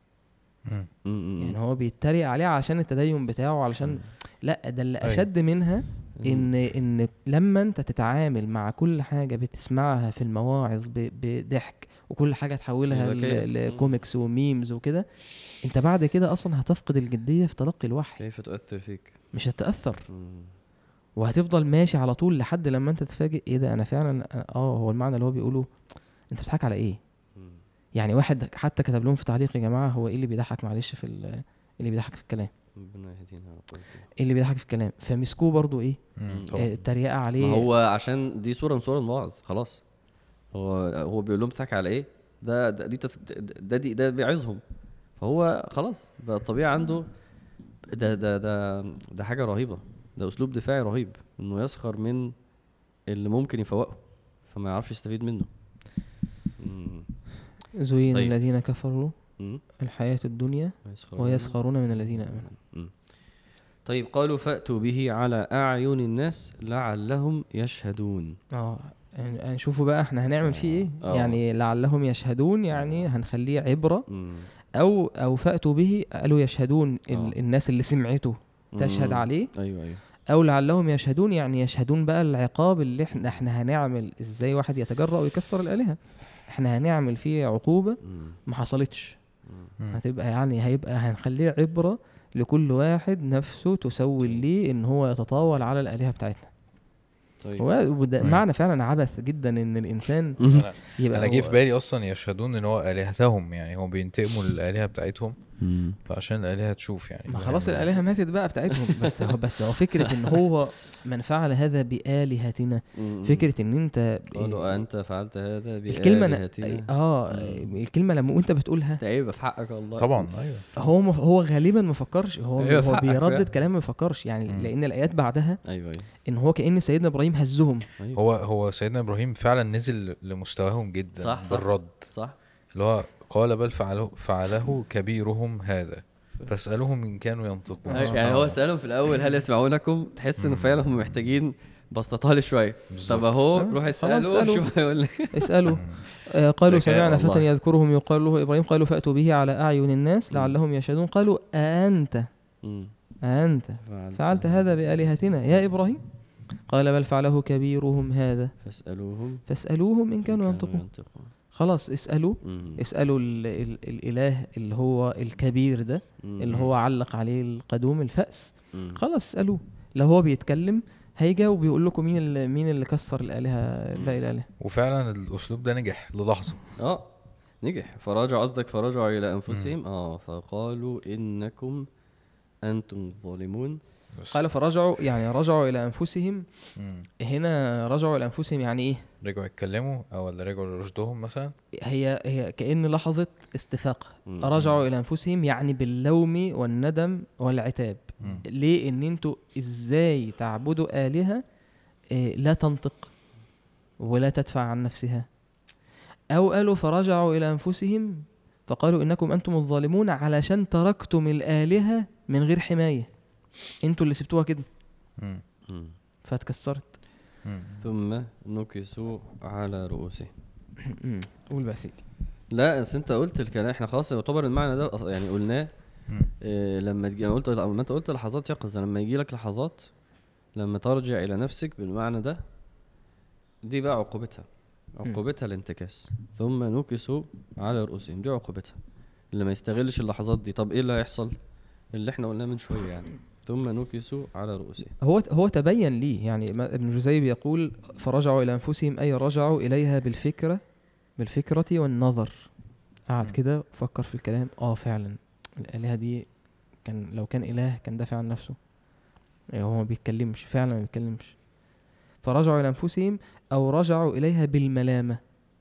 يعني هو بيتريق عليه علشان التدين بتاعه، علشان لا، ده اللي اشد منها ان لما انت تتعامل مع كل حاجه بتسمعها في المواعظ بضحك، وكل حاجه تحولها لكوميكس وميمز وكده، انت بعد كده اصلا هتفقد الجديه في تلقي الوحي. كيف تؤثر فيك؟ مش هتأثر، وهتفضل ماشي على طول لحد لما انت تتفاجئ ايه ده، انا فعلا هو المعنى اللي هو بيقوله، انت بتضحك على ايه؟ يعني واحد حتى كتب لهم في تعليق، يا جماعه هو ايه اللي بيضحك؟ معلش في اللي بيضحك في الكلام، ربنا يهدينا ايه اللي بيضحك في الكلام؟ فمسكوه برضو ايه، التريقه عليه. ما هو عشان دي صوره من صور المواعظ خلاص، هو بيقول لهم بتضحك على ايه، ده بيعظهم، فهو خلاص بقى الطبيعه عنده ده حاجه رهيبه، ده اسلوب دفاعي رهيب، انه يسخر من اللي ممكن يفوقه فما يعرفش يستفيد منه. زين طيب. الذين كفروا الحياة الدنيا ويسخرون من الذين آمنوا. طيب قالوا فأتوا به على أعين الناس لعلهم يشهدون. يعني شوفوا بقى احنا هنعمل فيه ايه. يعني لعلهم يشهدون، يعني هنخليه عبرة. او فأتوا به، قالوا يشهدون الناس اللي سمعته تشهد عليه. ايوه او لعلهم يشهدون، يعني يشهدون بقى العقاب اللي احنا هنعمل ازاي واحد يتجرأ ويكسر الآلهة، احنا هنعمل فيه عقوبة ما حصلتش، هتبقى يعني هيبقى هنخليه عبرة لكل واحد نفسه تسوي ليه ان هو يتطاول على الآلهة بتاعتنا. وده معنى فعلا عبث جدا ان الانسان يبقى. انا جه في بالي اصلا يشهدون ان هو آلهتهم، يعني هم بينتقموا للآلهة بتاعتهم فعشان الآلهة تشوف يعني ما خلاص الآلهة ماتت بقى بتاعتهم. بس هو فكرة ان هو من فعل هذا بآلهتنا، فكرة ان انت قالوا انت فعلت هذا بآلهتنا. الكلمة لما انت بتقولها تعيب في حقك والله طبعا. ايوه هو غالبا ما فكرش، هو بيردد كلام ما فكرش يعني لان الآيات بعدها ايوه ان هو كأن سيدنا ابراهيم هزهم. هو سيدنا ابراهيم فعلا نزل لمستواهم جدا. صح بالرد صح اللي هو قال بل فعله كبيرهم هذا فاسألوهم إن كانوا ينطقون. يعني هو سألهم في الأول هل يسمعونكم، تحس إنه فعلا هم محتاجين بسطها لي شوية. طب أهو روح اسألوا شوف هيقول لك. اسألوا. قالوا سمعنا فتى يذكرهم يقال له إبراهيم قالوا فأتوا به على أعين الناس لعلهم يشهدون. قالوا أنت فعلت هذا بآلهتنا يا إبراهيم؟ قال بل فعله كبيرهم هذا فاسألوهم إن كانوا ينطقون. خلاص اسألوا الإله اللي هو الكبير ده اللي هو علق عليه القدوم الفأس. خلاص اسألوه، لو هو بيتكلم هيجاوب وبيقول لكم مين اللي كسر الآلهة لا إله. وفعلا الأسلوب ده نجح للحظة. نجح. فرجعوا إلى أنفسهم فقالوا إنكم أنتم الظالمون. قال فرجعوا يعني رجعوا إلى أنفسهم. هنا رجعوا إلى أنفسهم يعني إيه؟ رجعوا يتكلموا أو اللي رجعوا لرشدهم مثلا. هي كأن لحظة استفاقة. رجعوا إلى أنفسهم يعني باللوم والندم والعتاب. ليه إن أنتوا إزاي تعبدوا آلهة لا تنطق ولا تدفع عن نفسها؟ أو قالوا فرجعوا إلى أنفسهم فقالوا إنكم أنتم الظالمون علشان تركتم الآلهة من غير حماية، انتوا اللي سبتوها كده فاتكسرت. ثم نكسوا على رؤوسهم. قول بقى سيدي. لا بس انت قلت الكلام، احنا خلاص يعتبر المعنى ده يعني قلناه. لما انت قلت لحظات يقظة، لما يجي لك لحظات لما ترجع الى نفسك بالمعنى ده، دي بقى عقوبتها الانتكاس. ثم نكسوا على رؤوسهم، دي عقوبتها. اللي ما يستغلش اللحظات دي، طب ايه اللي هيحصل؟ اللي احنا قلناه من شويه يعني. ثم نكسوا على رؤوسهم. هو تبين ليه يعني ابن جزيب يقول فرجعوا الى انفسهم اي رجعوا اليها بالفكره والنظر. قعد كده فكر في الكلام. فعلا الالهه دي لو كان اله كان دافع عن نفسه. يعني هو ما بيتكلمش، فعلا ما بيتكلمش. فرجعوا الى انفسهم او رجعوا اليها بالملامه.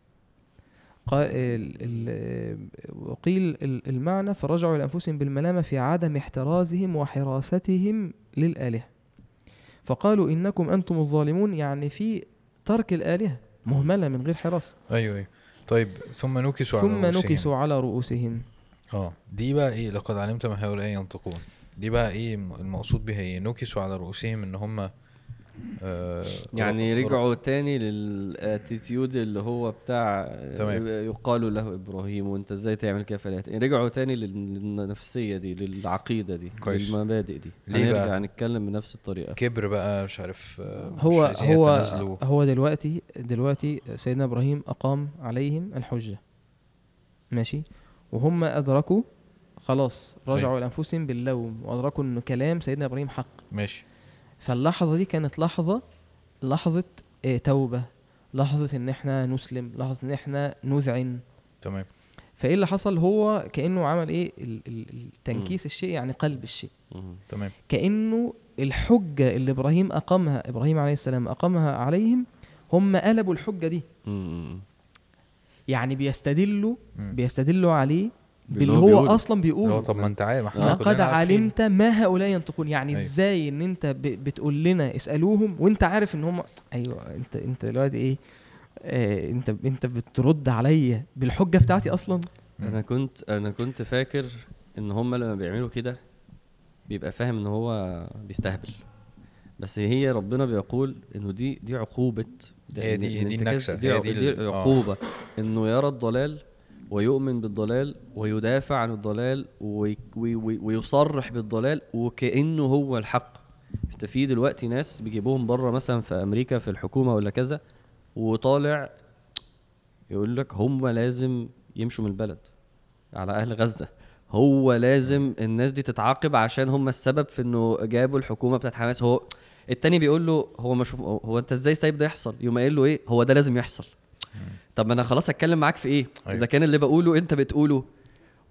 وقيل المعنى فرجعوا إلى أنفسهم بالملامة في عدم احترازهم وحراستهم للآلهة. فقالوا إنكم أنتم الظالمون يعني في ترك الآلهة مهملة من غير حراسة. أيوة. طيب ثم نكسوا على رؤوسهم. دي بقى إيه؟ لقد علمت ما هؤلاء ينطقون. دي بقى إيه المقصود بها؟ إيه نكسوا على رؤوسهم؟ إن هم يعني رجعوا تاني للاتيتيود اللي هو بتاع يقال له إبراهيم وانت ازاي تعمل كده فلات. رجعوا تاني للنفسية دي، للعقيدة دي، للمبادئ دي. هنرجع نتكلم بنفس الطريقة. كبر بقى مش عارف. هو دلوقتي سيدنا إبراهيم أقام عليهم الحجة ماشي، وهم أدركوا خلاص رجعوا إلى أنفسهم باللوم وأدركوا إنه كلام سيدنا إبراهيم حق ماشي. فاللحظة دي كانت لحظة توبة، لحظة ان احنا نسلم، لحظة ان احنا نذعن. تمام. فايه اللي حصل؟ هو كأنه عمل ايه التنكيس الشيء يعني قلب الشيء. تمام. كأنه الحجة اللي ابراهيم عليه السلام اقامها عليهم، هم قلبوا الحجة دي. يعني بيستدلوا عليه باللي هو اصلا بيقوله. طب ما انت عارف قد علمت ما هؤلاء ينطقون. يعني ازاي ان انت بتقول لنا اسالوهم وانت عارف ان هم ايوه انت دلوقتي ايه انت بترد عليا بالحجه بتاعتي اصلا. انا كنت فاكر ان هم لما بيعملوا كده بيبقى فاهم ان هو بيستهبل، بس هي ربنا بيقول انه دي عقوبه. دي النكسه، دي عقوبه انه يرى الضلال ويؤمن بالضلال ويدافع عن الضلال ويصرح بالضلال وكأنه هو الحق. انت في دلوقتي ناس بيجيبوهم بره مثلا في امريكا في الحكومة ولا كذا، وطالع يقول لك هم لازم يمشوا من البلد على اهل غزة، هو لازم الناس دي تتعاقب عشان هم السبب في انه جابوا الحكومة بتاعت حماس. هو التاني بيقول له هو انت ازاي سايب ده يحصل؟ يوم قايل له ايه؟ هو ده لازم يحصل. طب انا خلاص اتكلم معاك في ايه؟ اذا كان اللي بقوله انت بتقوله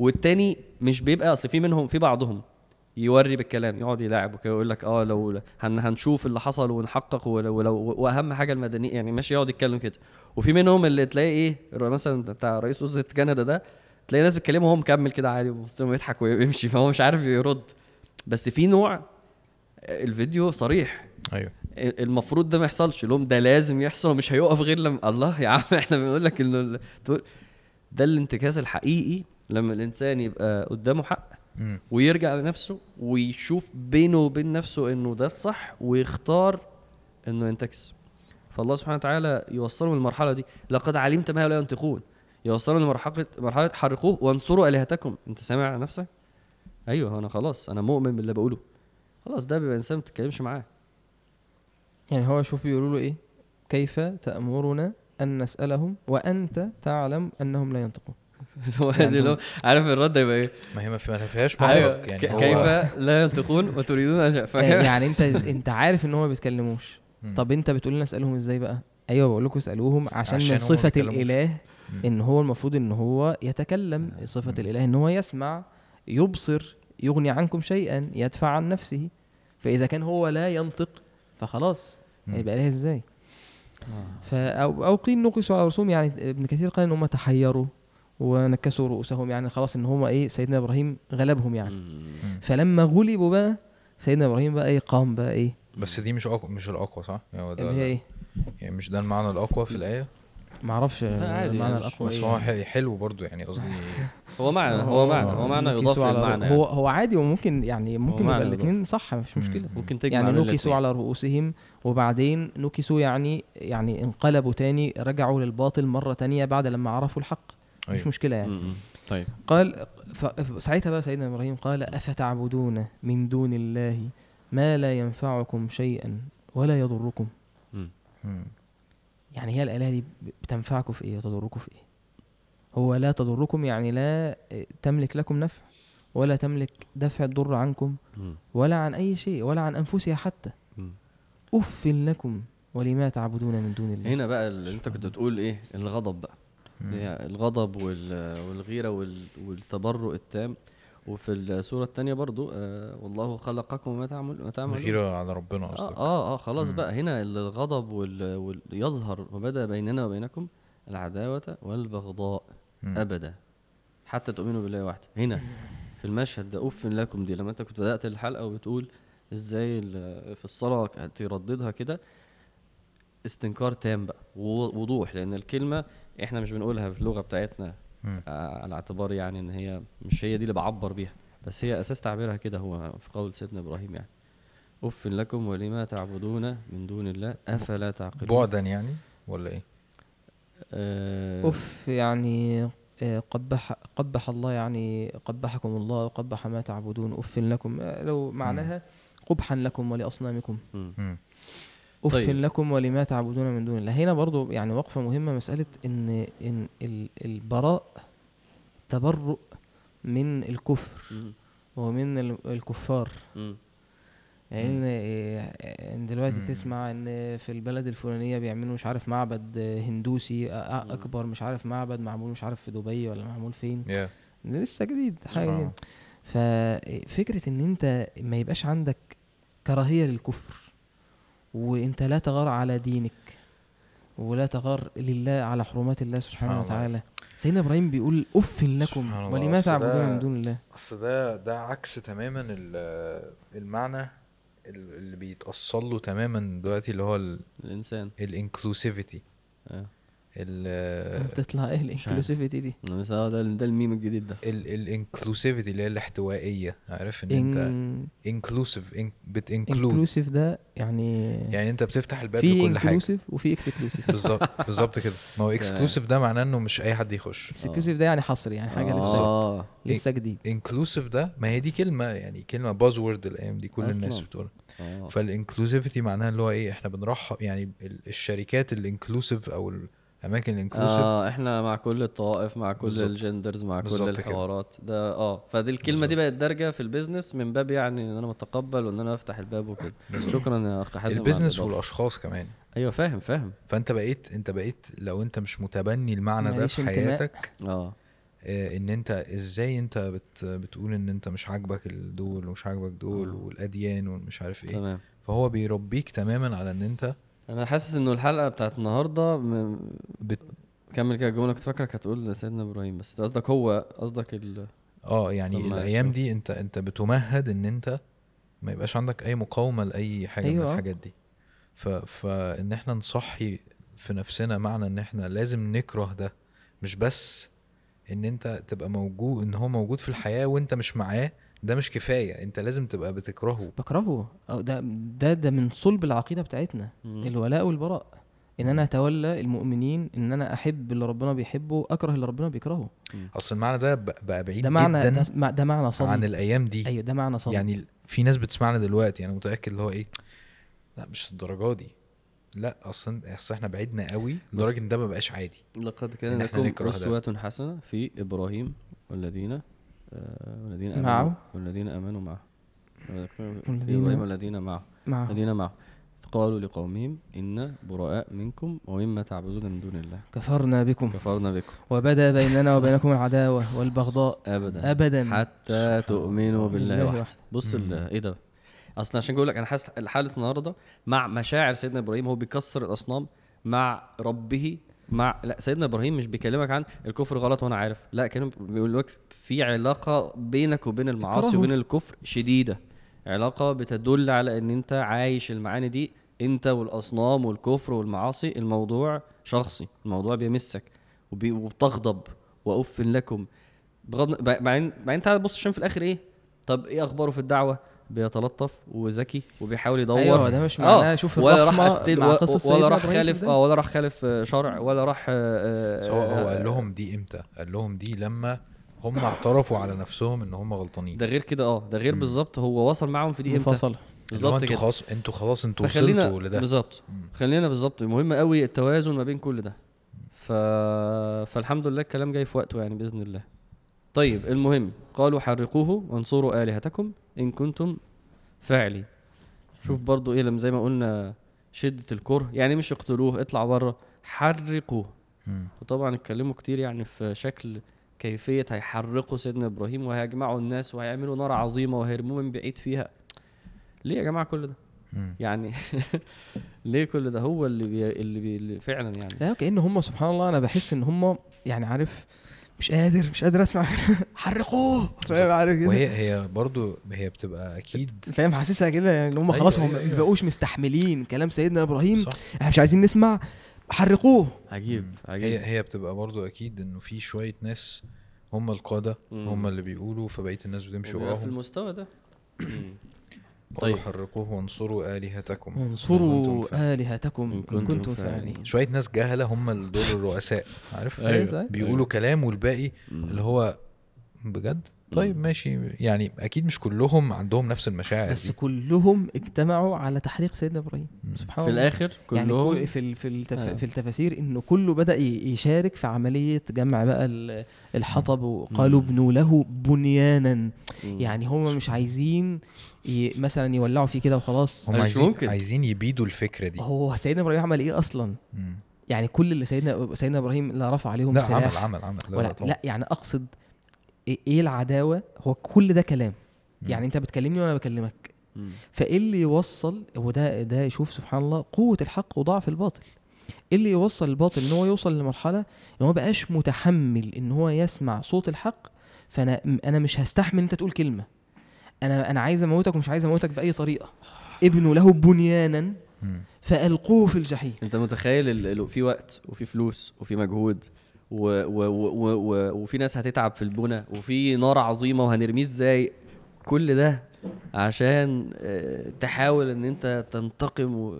والتاني مش بيبقى اصل في منهم في بعضهم يوري بالكلام يقعد يلاعب وكده يقول لك لو هنشوف اللي حصل ونحقق ولو واهم حاجه المدني يعني ماشي يقعد يتكلم كده. وفي منهم اللي تلاقي ايه مثلا بتاع رئيس وزراء كندا ده تلاقي ناس بتكلمه وهو مكمل كده عادي ويضحك ويمشي فهو مش عارف يرد. بس في نوع الفيديو صريح ايوه المفروض ده ما يحصلش لهم ده لازم يحصل مش هيقف غير لما الله يا عم احنا بنقول لك انه ده الانتكاس الحقيقي لما الانسان يبقى قدامه حق ويرجع لنفسه ويشوف بينه وبين نفسه انه ده الصح ويختار انه ينتكس. فالله سبحانه وتعالى يوصلهم للمرحله دي لقد علمت ما لا ينطقون يوصلهم مرحله حرقوه وانصروا الهتكم. انت سامع نفسك ايوه انا خلاص انا مؤمن باللي بقوله خلاص ده بيبقى انسان ما تتكلمش معاه. يعني هو شوف بيقولوا له ايه كيف تأمرنا ان نسألهم وانت تعلم انهم لا ينطقون. يعني عارف الرد يبقى ايه ما هي ما فيهاش مخرج يعني كيف لا ينطقون وتريدون يعني انت عارف ان هم ما بيتكلموش. طب انت بتقول لنا اسالهم ازاي بقى؟ ايوه بقول لكم اسالوهم عشان من صفه الاله ان هو المفروض ان هو يتكلم. صفه الاله ان هو يسمع يبصر يغني عنكم شيئا يدفع عن نفسه. فاذا كان هو لا ينطق فخلاص يبقى اله ازاي؟ او قيل نقصوا على رسوم. يعني ابن كثير قال ان هم تحيروا ونكسوا رؤوسهم يعني خلاص ان هم ايه سيدنا ابراهيم غلبهم يعني. فلما غلبوا بقى سيدنا ابراهيم بقى ايه قام بقى ايه. بس دي مش الاقوى صح يعني اللي هي ايه يعني مش ده المعنى الاقوى في الايه ما اعرفش المعنى الاقوى بس هو حلو برضو يعني قصدي هو معنى يضاف للمعنى يعني. هو عادي وممكن يعني ممكن يبقى الاثنين صح مفيش مشكله. ممكن تجمع يعني نكسوا على رؤوسهم وبعدين نكسوا يعني انقلبوا تاني رجعوا للباطل مره تانية بعد لما عرفوا الحق. مش مشكله يعني. طيب قال ساعتها بقى سيدنا ابراهيم قال افتعبدون من دون الله ما لا ينفعكم شيئا ولا يضركم. يعني هي الآلهة دي بتنفعكم في ايه وتضركم في ايه؟ هو لا تضركم يعني لا تملك لكم نفع ولا تملك دفع الضر عنكم ولا عن اي شيء ولا عن انفسها حتى. اف لكم ولما تعبدون من دون الله. هنا بقى اللي انت كنت بتقول ايه الغضب بقى الغضب والغيرة والتبرؤ التام. وفي السورة التانية برضو والله خلقكم وما تعملون غيرة على ربنا قصدك. خلاص بقى هنا الغضب يظهر وبدأ بيننا وبينكم العداوة والبغضاء أبدا حتى تؤمنوا بالله واحد. هنا في المشهد ده أف لكم دي لما انت كنت بدأت الحلقة وبتقول ازاي في الصلاة ترددها كده استنكار تام بقى ووضوح لأن الكلمة احنا مش بنقولها في اللغة بتاعتنا على اعتبار يعني ان هي مش هي دي اللي بعبر بيها بس هي اساس تعبيرها كده هو في قول سيدنا ابراهيم يعني اف لكم ولما تعبدون من دون الله افلا تعقلون. بعدا يعني ولا ايه اف يعني قبح الله يعني قبحكم الله وقبح ما تعبدون. اف لكم لو معناها قبحا لكم ولاصنامكم. أف لكم ولما تعبدون من دون الله. هنا برضو يعني وقفة مهمة مسألة إن البراء تبرؤ من الكفر ومن الكفار. يعني دلوقتي تسمع إن في البلد الفلانية بيعملوا مش عارف معبد هندوسي أكبر مش عارف معبد معمول مش عارف في دبي ولا معمول فين لسه جديد حاجة جديد. ففكرة إن أنت ما يبقاش عندك كراهية للكفر وانت لا تغار على دينك ولا تغار لله على حرمات الله سبحانه وتعالى. سيدنا ابراهيم بيقول اف لكم ولما تعبدون من دون الله. اصل ده عكس تماما المعنى اللي بيتأصل له تماما دلوقتي اللي هو الانسان الانكلوسيفيتي. تطلع ايه الانكلوسيفيتي دي؟ ده الميم الجديد ده الانكلوسيفيتي اللي هي الاحتوائيه. عارف ان انت انكلوسيف انكلوسيف ده يعني انت بتفتح الباب لكل حاجه. انكلوسيف وفي اكسكلوسيف بالظبط كده. ما هو اكسكلوسيف ده معناه انه مش اي حد يخش. اكسكلوسيف ده يعني حصري يعني حاجه لسه جديد. انكلوسيف ده ما هي دي كلمه بازورد الايام دي كل الناس بتقولها. فالانكلوسيفيتي معناها اللي هو ايه احنا بنرحب يعني الشركات الانكلوسيف او الاماكن الانكلوسيف احنا مع كل الطوائف مع كل الجندرز مع كل الحوارات ده فدي الكلمه دي بقت دارجه في البيزنس من باب يعني ان انا متقبل وان انا افتح الباب وكده. شكرا يا اخ حازم. البيزنس والاشخاص كمان. ايوه فاهم. فانت بقيت لو انت مش متبني المعنى ده في حياتك ان انت ازاي انت بتقول ان انت مش عاجبك دول ومش عاجبك دول والاديان ومش عارف ايه. تمام. فهو بيربيك تماما على ان انت انا حاسس انه الحلقه بتاعت النهارده كمل كده الجمله. كنت فاكرك هتقول سيدنا ابراهيم، بس قصدك هو قصدك يعني الايام دي انت بتمهد ان انت ما يبقاش عندك اي مقاومه لاي حاجه من الحاجات دي. فان احنا نصحي في نفسنا معنى ان احنا لازم نكره ده، مش بس ان انت تبقى موجود ان هو موجود في الحياه وانت مش معاه، ده مش كفايه، انت لازم تبقى بكرهه. ده من صلب العقيده بتاعتنا، الولاء والبراء. ان انا اتولى المؤمنين، ان انا احب اللي ربنا بيحبه، اكره اللي ربنا بيكرهه. اصل المعنى ده بقى بعيد ده معنى جدا ده معنى صلب عن الايام دي. ايوه ده معنى صلب. يعني في ناس بتسمعنا دلوقتي انا متاكد اللي هو ايه، لا مش الدرجه دي، لا اصلا احنا بعيدنا قوي لدرجه ان ده ما بقاش عادي. لقد كان لكم اسوه حسنه في ابراهيم والذين امنوا والذين امنوا معه والذين معه قالوا لقومهم إن براء منكم ومما تعبدون من دون الله كفرنا بكم وبدا بيننا وبينكم العداوة والبغضاء أبدا حتى تؤمنوا بالله وحده. بص ايه ده اصلا، عشان اقول لك انا حاسس الحاله النهارده مع مشاعر سيدنا ابراهيم، هو بيكسر الاصنام مع ربه. لا سيدنا ابراهيم مش بيكلمك عن الكفر غلط وانا عارف، لا كان بيقول لك في علاقه بينك وبين المعاصي وبين الكفر شديده، علاقه بتدل على ان انت عايش المعاني دي انت والاصنام والكفر والمعاصي. الموضوع شخصي، الموضوع بيمسك وبتغضب واف لكم بغض. بعدين تعال بص عشان في الاخر ايه، طب ايه اخباره في الدعوه؟ بيتلطف وذكي وبيحاول يدور. ايوه ده مش معناه شوف الرحمه مع قصه ولا راح خالف ولا راح خالف شرع ولا راح هو قال لهم دي امتى؟ قال لهم دي لما هم اعترفوا على نفسهم ان هم غلطانين. ده غير كده ده غير بالظبط. هو وصل معاهم في دي امتى بالظبط كده؟ انتوا خلاص انتوا وصلتوا لده بالظبط. خلينا بالظبط، مهم قوي التوازن ما بين كل ده. فالحمد لله الكلام جاي في وقته يعني باذن الله. طيب المهم قالوا حرقوه وانصروا آلهتكم إن كنتم فاعلين. شوف برضو إيه، لما زي ما قلنا شدة الكره، يعني مش يقتلوه اطلع بره، حرقوه. وطبعا اتكلموا كتير يعني في شكل كيفية هيحرقوا سيدنا إبراهيم وهيجمعوا الناس وهيعملوا نار عظيمة وهيرموه من بعيد فيها. ليه يا جماعة كل ده؟ يعني ليه كل ده؟ هو اللي فعلا يعني لا كأن هم سبحان الله، أنا بحس إن هم يعني عارف مش قادر اسمع حرقوه، فاهم؟ عارف كده. وهي برضو هي بتبقى اكيد فاهم، حاسسها كده يعني هم خلاص هم ما بقوش مستحملين كلام سيدنا ابراهيم، احنا مش عايزين نسمع، حرقوه. عجيب. هي بتبقى برضو اكيد انه في شويه ناس هم القاده هم اللي بيقولوا، فبقيه الناس بتمشي وراهم في المستوى ده. طيب حرقوه وانصروا آلهتكم إن كنتم فاعلين. شوية ناس جهلة هم دول الرؤساء، عارف؟ بيقولوا كلام والباقي اللي هو بجد. طيب ماشي، يعني أكيد مش كلهم عندهم نفس المشاعر بس كلهم اجتمعوا على تحريق سيدنا إبراهيم سبحان الله. في الآخر كلهم يعني في التفاسير إنه كله بدأ يشارك في عملية جمع بقى الحطب، وقالوا ابنوا له بنيانا. يعني هم مش عايزين مثلا يولعوا فيه كده وخلاص، هم عايزين يبيدوا الفكرة دي. هو سيدنا إبراهيم عمل إيه أصلا؟ يعني كل اللي سيدنا إبراهيم لا رفع عليهم سلاح، عمل لا يعني أقصد ايه العداوه؟ هو كل ده كلام. يعني انت بتكلمني وانا بكلمك، فايه اللي يوصل؟ هو ده يشوف سبحان الله قوه الحق وضعف الباطل. ايه اللي يوصل الباطل ان هو يوصل لمرحله ان هو بقاش متحمل ان هو يسمع صوت الحق، فانا مش هستحمل انت تقول كلمه، انا عايز اموتك ومش عايز اموتك باي طريقه. ابنوا له بنيانا فالقوه في الجحيم. انت متخيل في وقت وفي فلوس وفي مجهود وفي ناس هتتعب في البناء وفي نار عظيمة وهنرميه ازاي؟ كل ده عشان تحاول ان انت تنتقم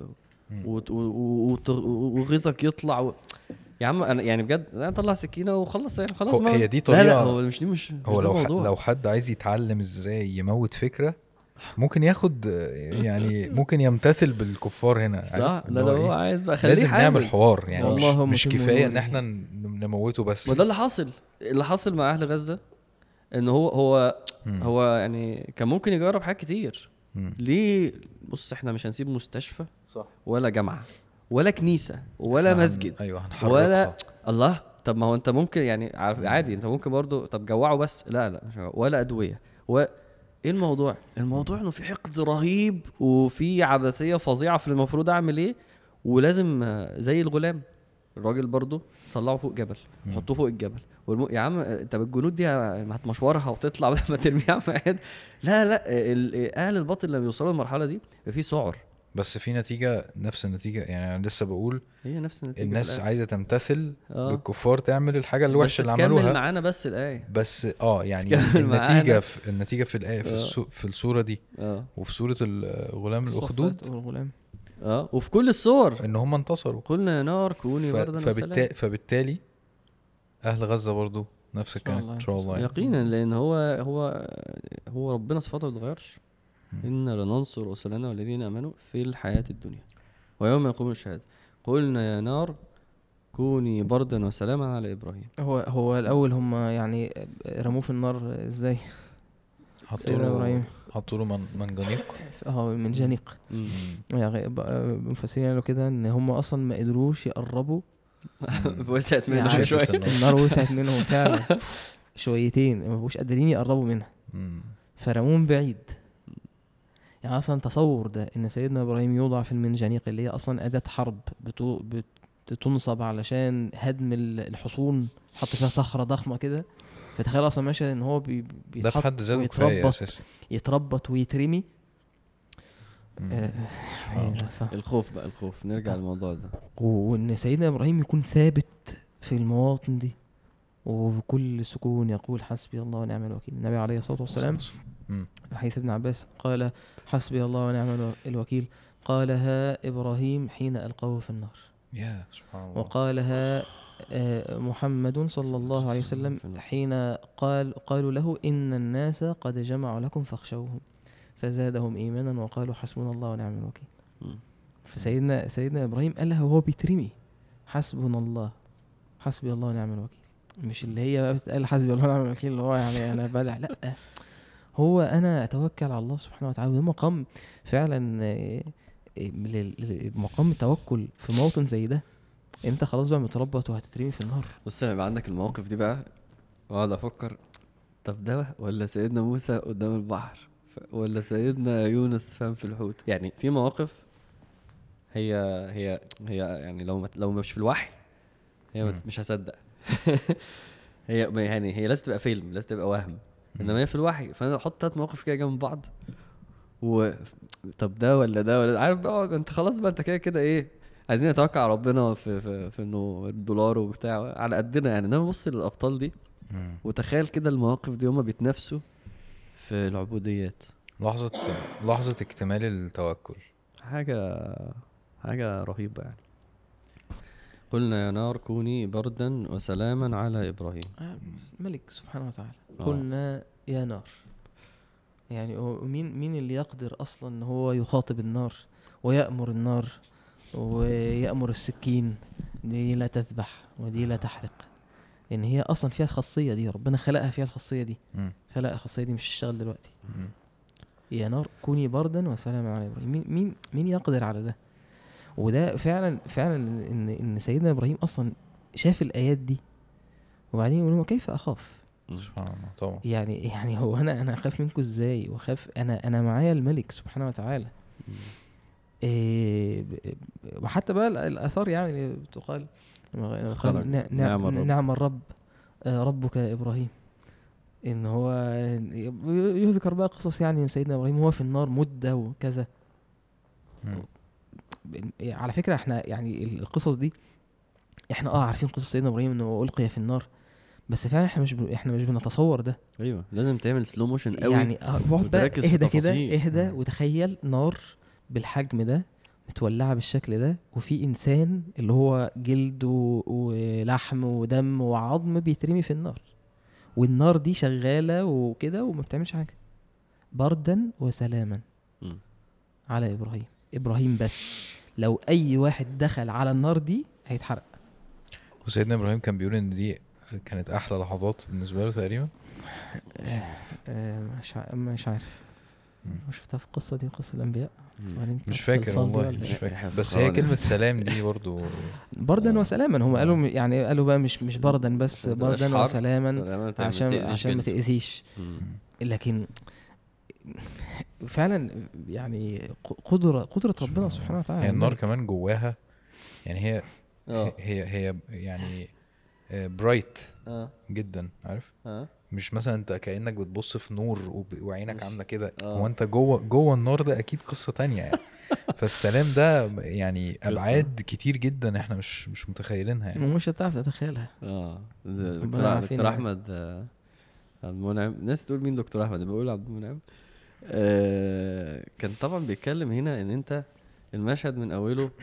وغيظك يطلع يا عم انا يعني بجد انا طلع سكينة وخلص يعني خلاص. هي دي طريقة. لا هو مش هو لو حد عايز يتعلم ازاي يموت فكرة ممكن ياخد يعني ممكن يمتثل بالكفار هنا صح. لا هو عايز بقى خليه لازم نعمل حوار يعني مش كفايه ان احنا نموته بس. وده اللي حاصل مع اهل غزه، ان هو يعني كان ممكن يجرب حاجات كتير. ليه؟ بص احنا مش هنسيب مستشفى صح ولا جامعه ولا كنيسه ولا مسجد ايوه ولا الله طب ما هو انت ممكن يعني عادي انت ممكن برضو طب جوعه بس لا ولا ادويه ايه الموضوع انه في حقد رهيب وفي عبثيه فظيعه في المفروض اعمل ايه ولازم زي الغلام الراجل برضو طلعه فوق جبل حطوه فوق الجبل يا عم طب الجنود دي هتمشورها وتطلع بدل ما ترميها في لا اهل الباطل لما بيوصلوا للمرحله دي في سعر بس في نتيجة نفس النتيجة يعني انا لسه بقول هي نفس النتيجة الناس عايزة تمتثل بالكفار تعمل الحاجة الوحشة اللي بس عملوها تكمل معانا بس الآية بس يعني النتيجة في الآية في السورة دي وفي سورة الغلام الأخدود وفي كل الصور ان هم انتصروا قلنا يا نار كوني بردا وسلاما فبالتالي اهل غزة برضو نفس الكلام ان شاء الله يقينا لان هو ربنا صفاته ما بتتغيرش إنا لننصر رسلنا والذين آمنوا في الحياة الدنيا ويوم يقوم الشهادة قلنا يا نار كوني بردا وسلاما على إبراهيم. هو الأول هم يعني رموه في النار ازاي؟ حطوا له منجنيق منجنيق يعني مفسرين قالوا كده ان هم اصلا ما قدروش يقربوا وسعت منهم شويه النار وسعت منهم فعلا شويتين ما بقوش قادرين يقربوا منها فرموهم بعيد. يعني اصلا تصور ده ان سيدنا ابراهيم يوضع في المنجنيق اللي هي اصلا اداة حرب بتنصب علشان هدم الحصون حط فيها صخرة ضخمة كده فتخيل اصلا ماشي ان هو بيتحط يتربط ويترمي. الخوف نرجع للموضوع ده وان سيدنا ابراهيم يكون ثابت في المواطن دي وبكل سكون يقول حسبي الله ونعم الوكيل. النبي عليه الصلاة والسلام حديث ابن عباس قال حسبي الله ونعم الوكيل قالها إبراهيم حين ألقوه في النار يا سبحان الله وقالها محمد صلى الله عليه وسلم حين قالوا له إن الناس قد جمعوا لكم فاخشوهم فزادهم إيمانا وقالوا حسبنا الله ونعم الوكيل. فسيدنا إبراهيم قالها وهو بيترمي حسبنا الله حسبي الله ونعم الوكيل مش اللي هي بتقال حسبي الله ونعم الوكيل اللي هو يعني أنا بدع لا هو أنا أتوكل على الله سبحانه وتعالى. وده مقام فعلا مقام التوكل في موطن زي ده انت خلاص بقى متربط وهتترمي في النار. بص يبقى عندك المواقف دي بقى واقعد افكر طب ده ولا سيدنا موسى قدام البحر ولا سيدنا يونس فاهم في الحوت. يعني في مواقف هي يعني لو مش في الوحي هي مش هصدق هي لازم تبقى فيلم لازم تبقى وهم انما هي في الوحي. فانا احط 3 مواقف كده جنب بعض طب ده ولا عارف بقى انت خلاص بقى انت كده ايه عايزين نتوكل على ربنا في انه الدولار وبتاع على قدنا يعني. انا ببص للابطال دي وتخيل كده المواقف دي هما بيتنافسوا في العبوديات لحظة اكتمال التوكل حاجة رهيبة يعني. قلنا يا نار كوني بردا وسلاما على إبراهيم. الملك سبحانه وتعالى قلنا يا نار يعني مين اللي يقدر أصلا ان هو يخاطب النار ويأمر النار ويأمر السكين دي لا تذبح ودي لا تحرق لأن هي أصلا فيها الخاصية دي ربنا خلقها فيها الخاصية دي فلا الخاصية دي مش تشتغل دلوقتي. يا نار كوني بردا وسلاما على إبراهيم. مين يقدر على ده؟ وده فعلا ان سيدنا ابراهيم اصلا شاف الايات دي وبعدين يقول له كيف اخاف سبحان الله طبعا يعني هو انا اخاف منكم ازاي واخاف انا معايا الملك سبحانه وتعالى. وحتى بقى الاثار يعني بتقال نعم الرب ربك ابراهيم ان هو يذكر بقى قصص يعني سيدنا ابراهيم هو في النار مدة وكذا. على فكرة احنا يعني القصص دي احنا عارفين قصص سيدنا ابراهيم انه القي في النار بس فعلا احنا مش بنتصور ده. ايوه لازم تعمل سلو موشن قوي يعني اهدى كده اهدى وتخيل نار بالحجم ده متولعة بالشكل ده وفي انسان اللي هو جلد ولحم ودم وعظم بيترمي في النار والنار دي شغالة وكده وما بتعملش حاجة بردا وسلاما على إبراهيم بس لو أي واحد دخل على النار دي هيتحرق. وسيدنا إبراهيم كان بيقول إن دي كانت أحلى لحظات بالنسبة له تقريبا. مش عارف شفتها في القصة دي قصة الأنبياء مش فاكر والله، مش فاكر. بس هي كلمة سلام دي برضو بردا وسلاما. هم قالوا يعني قالوا بقى مش بردا بس، بردا وسلاما عشان ما تأذيش. لكن فعلا يعني قدرة ربنا سبحانه وتعالى. هي النار كمان جواها يعني هي يعني برايت جدا، عارف؟ مش مثلا انت كأنك بتبص في نور وعينك عامله كده. هو انت جوه النار ده اكيد قصة تانية يعني. فالسلام ده يعني ابعاد كتير جدا احنا مش متخيلينها يعني، ومش هتعرف تتخيلها. دكتور احمد عبد المنعم، ناس تقول مين دكتور احمد، بقول عبد المنعم. كان طبعا بيتكلم هنا ان انت المشهد من اوله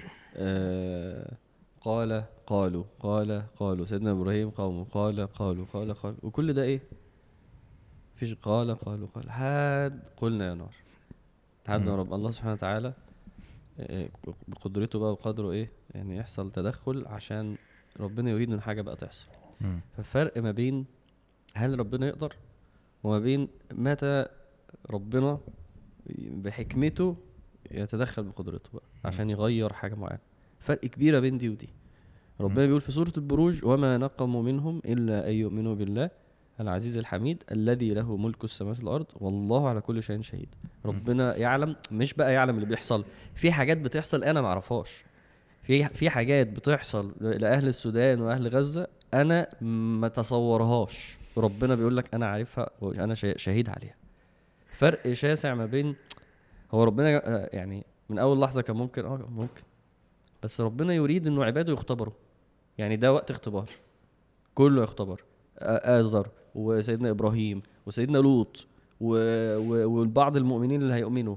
قالوا سيدنا ابراهيم قومه قالوا وكل ده ايه؟ فيش قالوا حد قلنا يا نار، لحد ما رب الله سبحانه وتعالى بقدرته بقى وقدره ايه يعني يحصل تدخل عشان ربنا يريد ان حاجه بقى تحصل. فالفرق ما بين هل ربنا يقدر وما بين متى ربنا بحكمته يتدخل بقدرته بقى عشان يغير حاجه معينه. فرق كبيره بين دي ودي. ربنا بيقول في سوره البروج وما نقموا منهم الا ان يؤمنوا بالله العزيز الحميد الذي له ملك السماوات والارض والله على كل شيء شهيد. ربنا يعلم، مش بقى يعلم اللي بيحصل، في حاجات بتحصل انا ما اعرفهاش، في حاجات بتحصل لاهل السودان واهل غزه انا ما تصورهاش، ربنا بيقول لك انا عارفها وانا شهيد عليها. فرق شاسع ما بين هو ربنا يعني من اول لحظه كان ممكن بس ربنا يريد انه عباده يختبروا، يعني ده وقت اختبار كله يختبر. آزر وسيدنا إبراهيم وسيدنا لوط وبعض المؤمنين اللي هيؤمنوا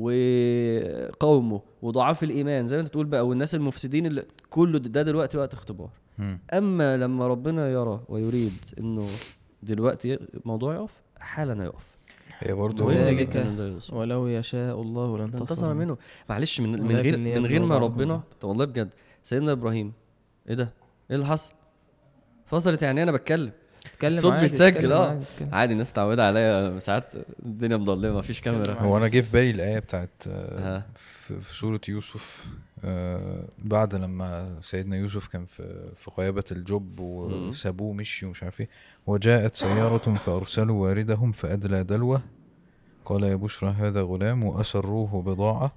وقومه وضعاف الإيمان زي ما انت تقول بقى والناس المفسدين اللي كله ده دلوقتي وقت اختبار. أما لما ربنا يرى ويريد إنه دلوقتي موضوع يقف حالا يقف. هي برضو ولو يشاء الله لانتصر منه. معلش من غير ما ربنا والله بجد. سيدنا إبراهيم ايه اللي حصل؟ فصلت يعني انا بتكلم الصوت بيتسجل عادي الناس تعودة عليا ساعات الدنيا مضلمه مفيش كاميرا. هو انا جه في بالي الايه بتاعت في سوره يوسف بعد لما سيدنا يوسف كان في غيابه الجب وسابوه مشي ومش عارف ايه، وجاءت سياره فارسلوا واردهم فادلى دلوه قال يا بشرى هذا غلام واسروه بضاعه.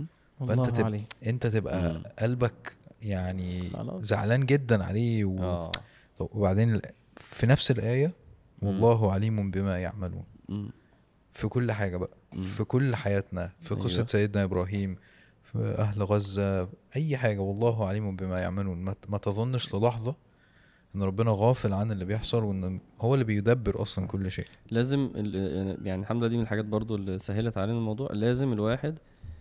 فانت تبقى قلبك يعني زعلان جدا عليه وبعدين في نفس الآية والله عليم بما يعملون. في كل حاجة بقى في كل حياتنا، في قصة سيدنا إبراهيم، في أهل غزة، أي حاجة والله عليم بما يعملون. ما تظنش للحظة إن ربنا غافل عن اللي بيحصل وإن هو اللي بيدبر أصلا كل شيء. لازم يعني الحمد لله دي من الحاجات برضو اللي سهلت علينا الموضوع. لازم الواحد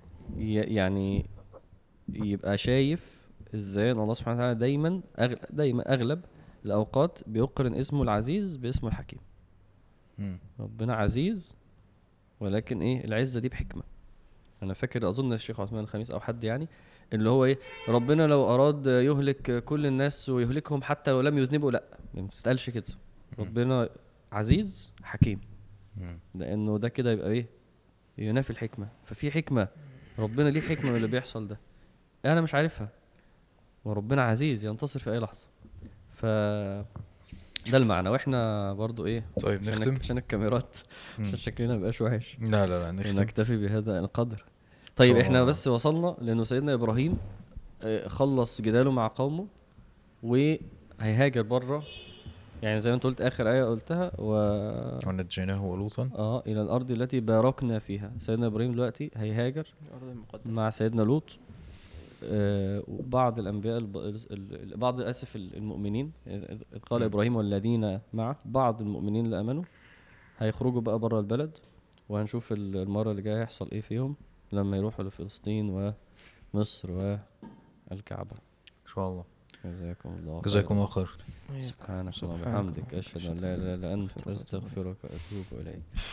يعني يبقى شايف إزاي أن الله سبحانه وتعالى دايما أغلب الأوقات بيقرن اسمه العزيز باسمه الحكيم. ربنا عزيز ولكن ايه العزة دي بحكمة. انا فاكر اظن الشيخ عثمان الخميس او حد يعني اللي هو ايه ربنا لو اراد يهلك كل الناس ويهلكهم حتى لو لم يذنبوا، لا ما بتتقالش كده. ربنا عزيز حكيم لانه ده كده يبقى ايه ينافي الحكمة. ففي حكمة، ربنا ليه حكمة من اللي بيحصل ده انا مش عارفها، وربنا عزيز ينتصر في اي لحظة. ده المعنى. واحنا برضو ايه طيب نختم عشان الكاميرات عشان شكلنا مبقاش وحش. لا نختم نكتفي بهذا القدر. طيب احنا بس وصلنا لانه سيدنا ابراهيم خلص جداله مع قومه وهيهاجر بره، يعني زي ما انت قلت اخر ايه قلتها ونجيناه ولوطا الى الارض التي باركنا فيها. سيدنا ابراهيم دلوقتي هيهاجر مع سيدنا لوط وبعض الانبياء بعض اسف المؤمنين. قال ابراهيم والذين معه بعض المؤمنين اللي امنوا هيخرجوا بقى بره البلد، وهنشوف المره اللي جايه هيحصل ايه فيهم لما يروحوا لفلسطين ومصر والكعبه ان شاء الله. جزاكم الله خير. سبحانك اللهم وبحمدك اشهد ان لا اله الا انت استغفرك واتوب اليك.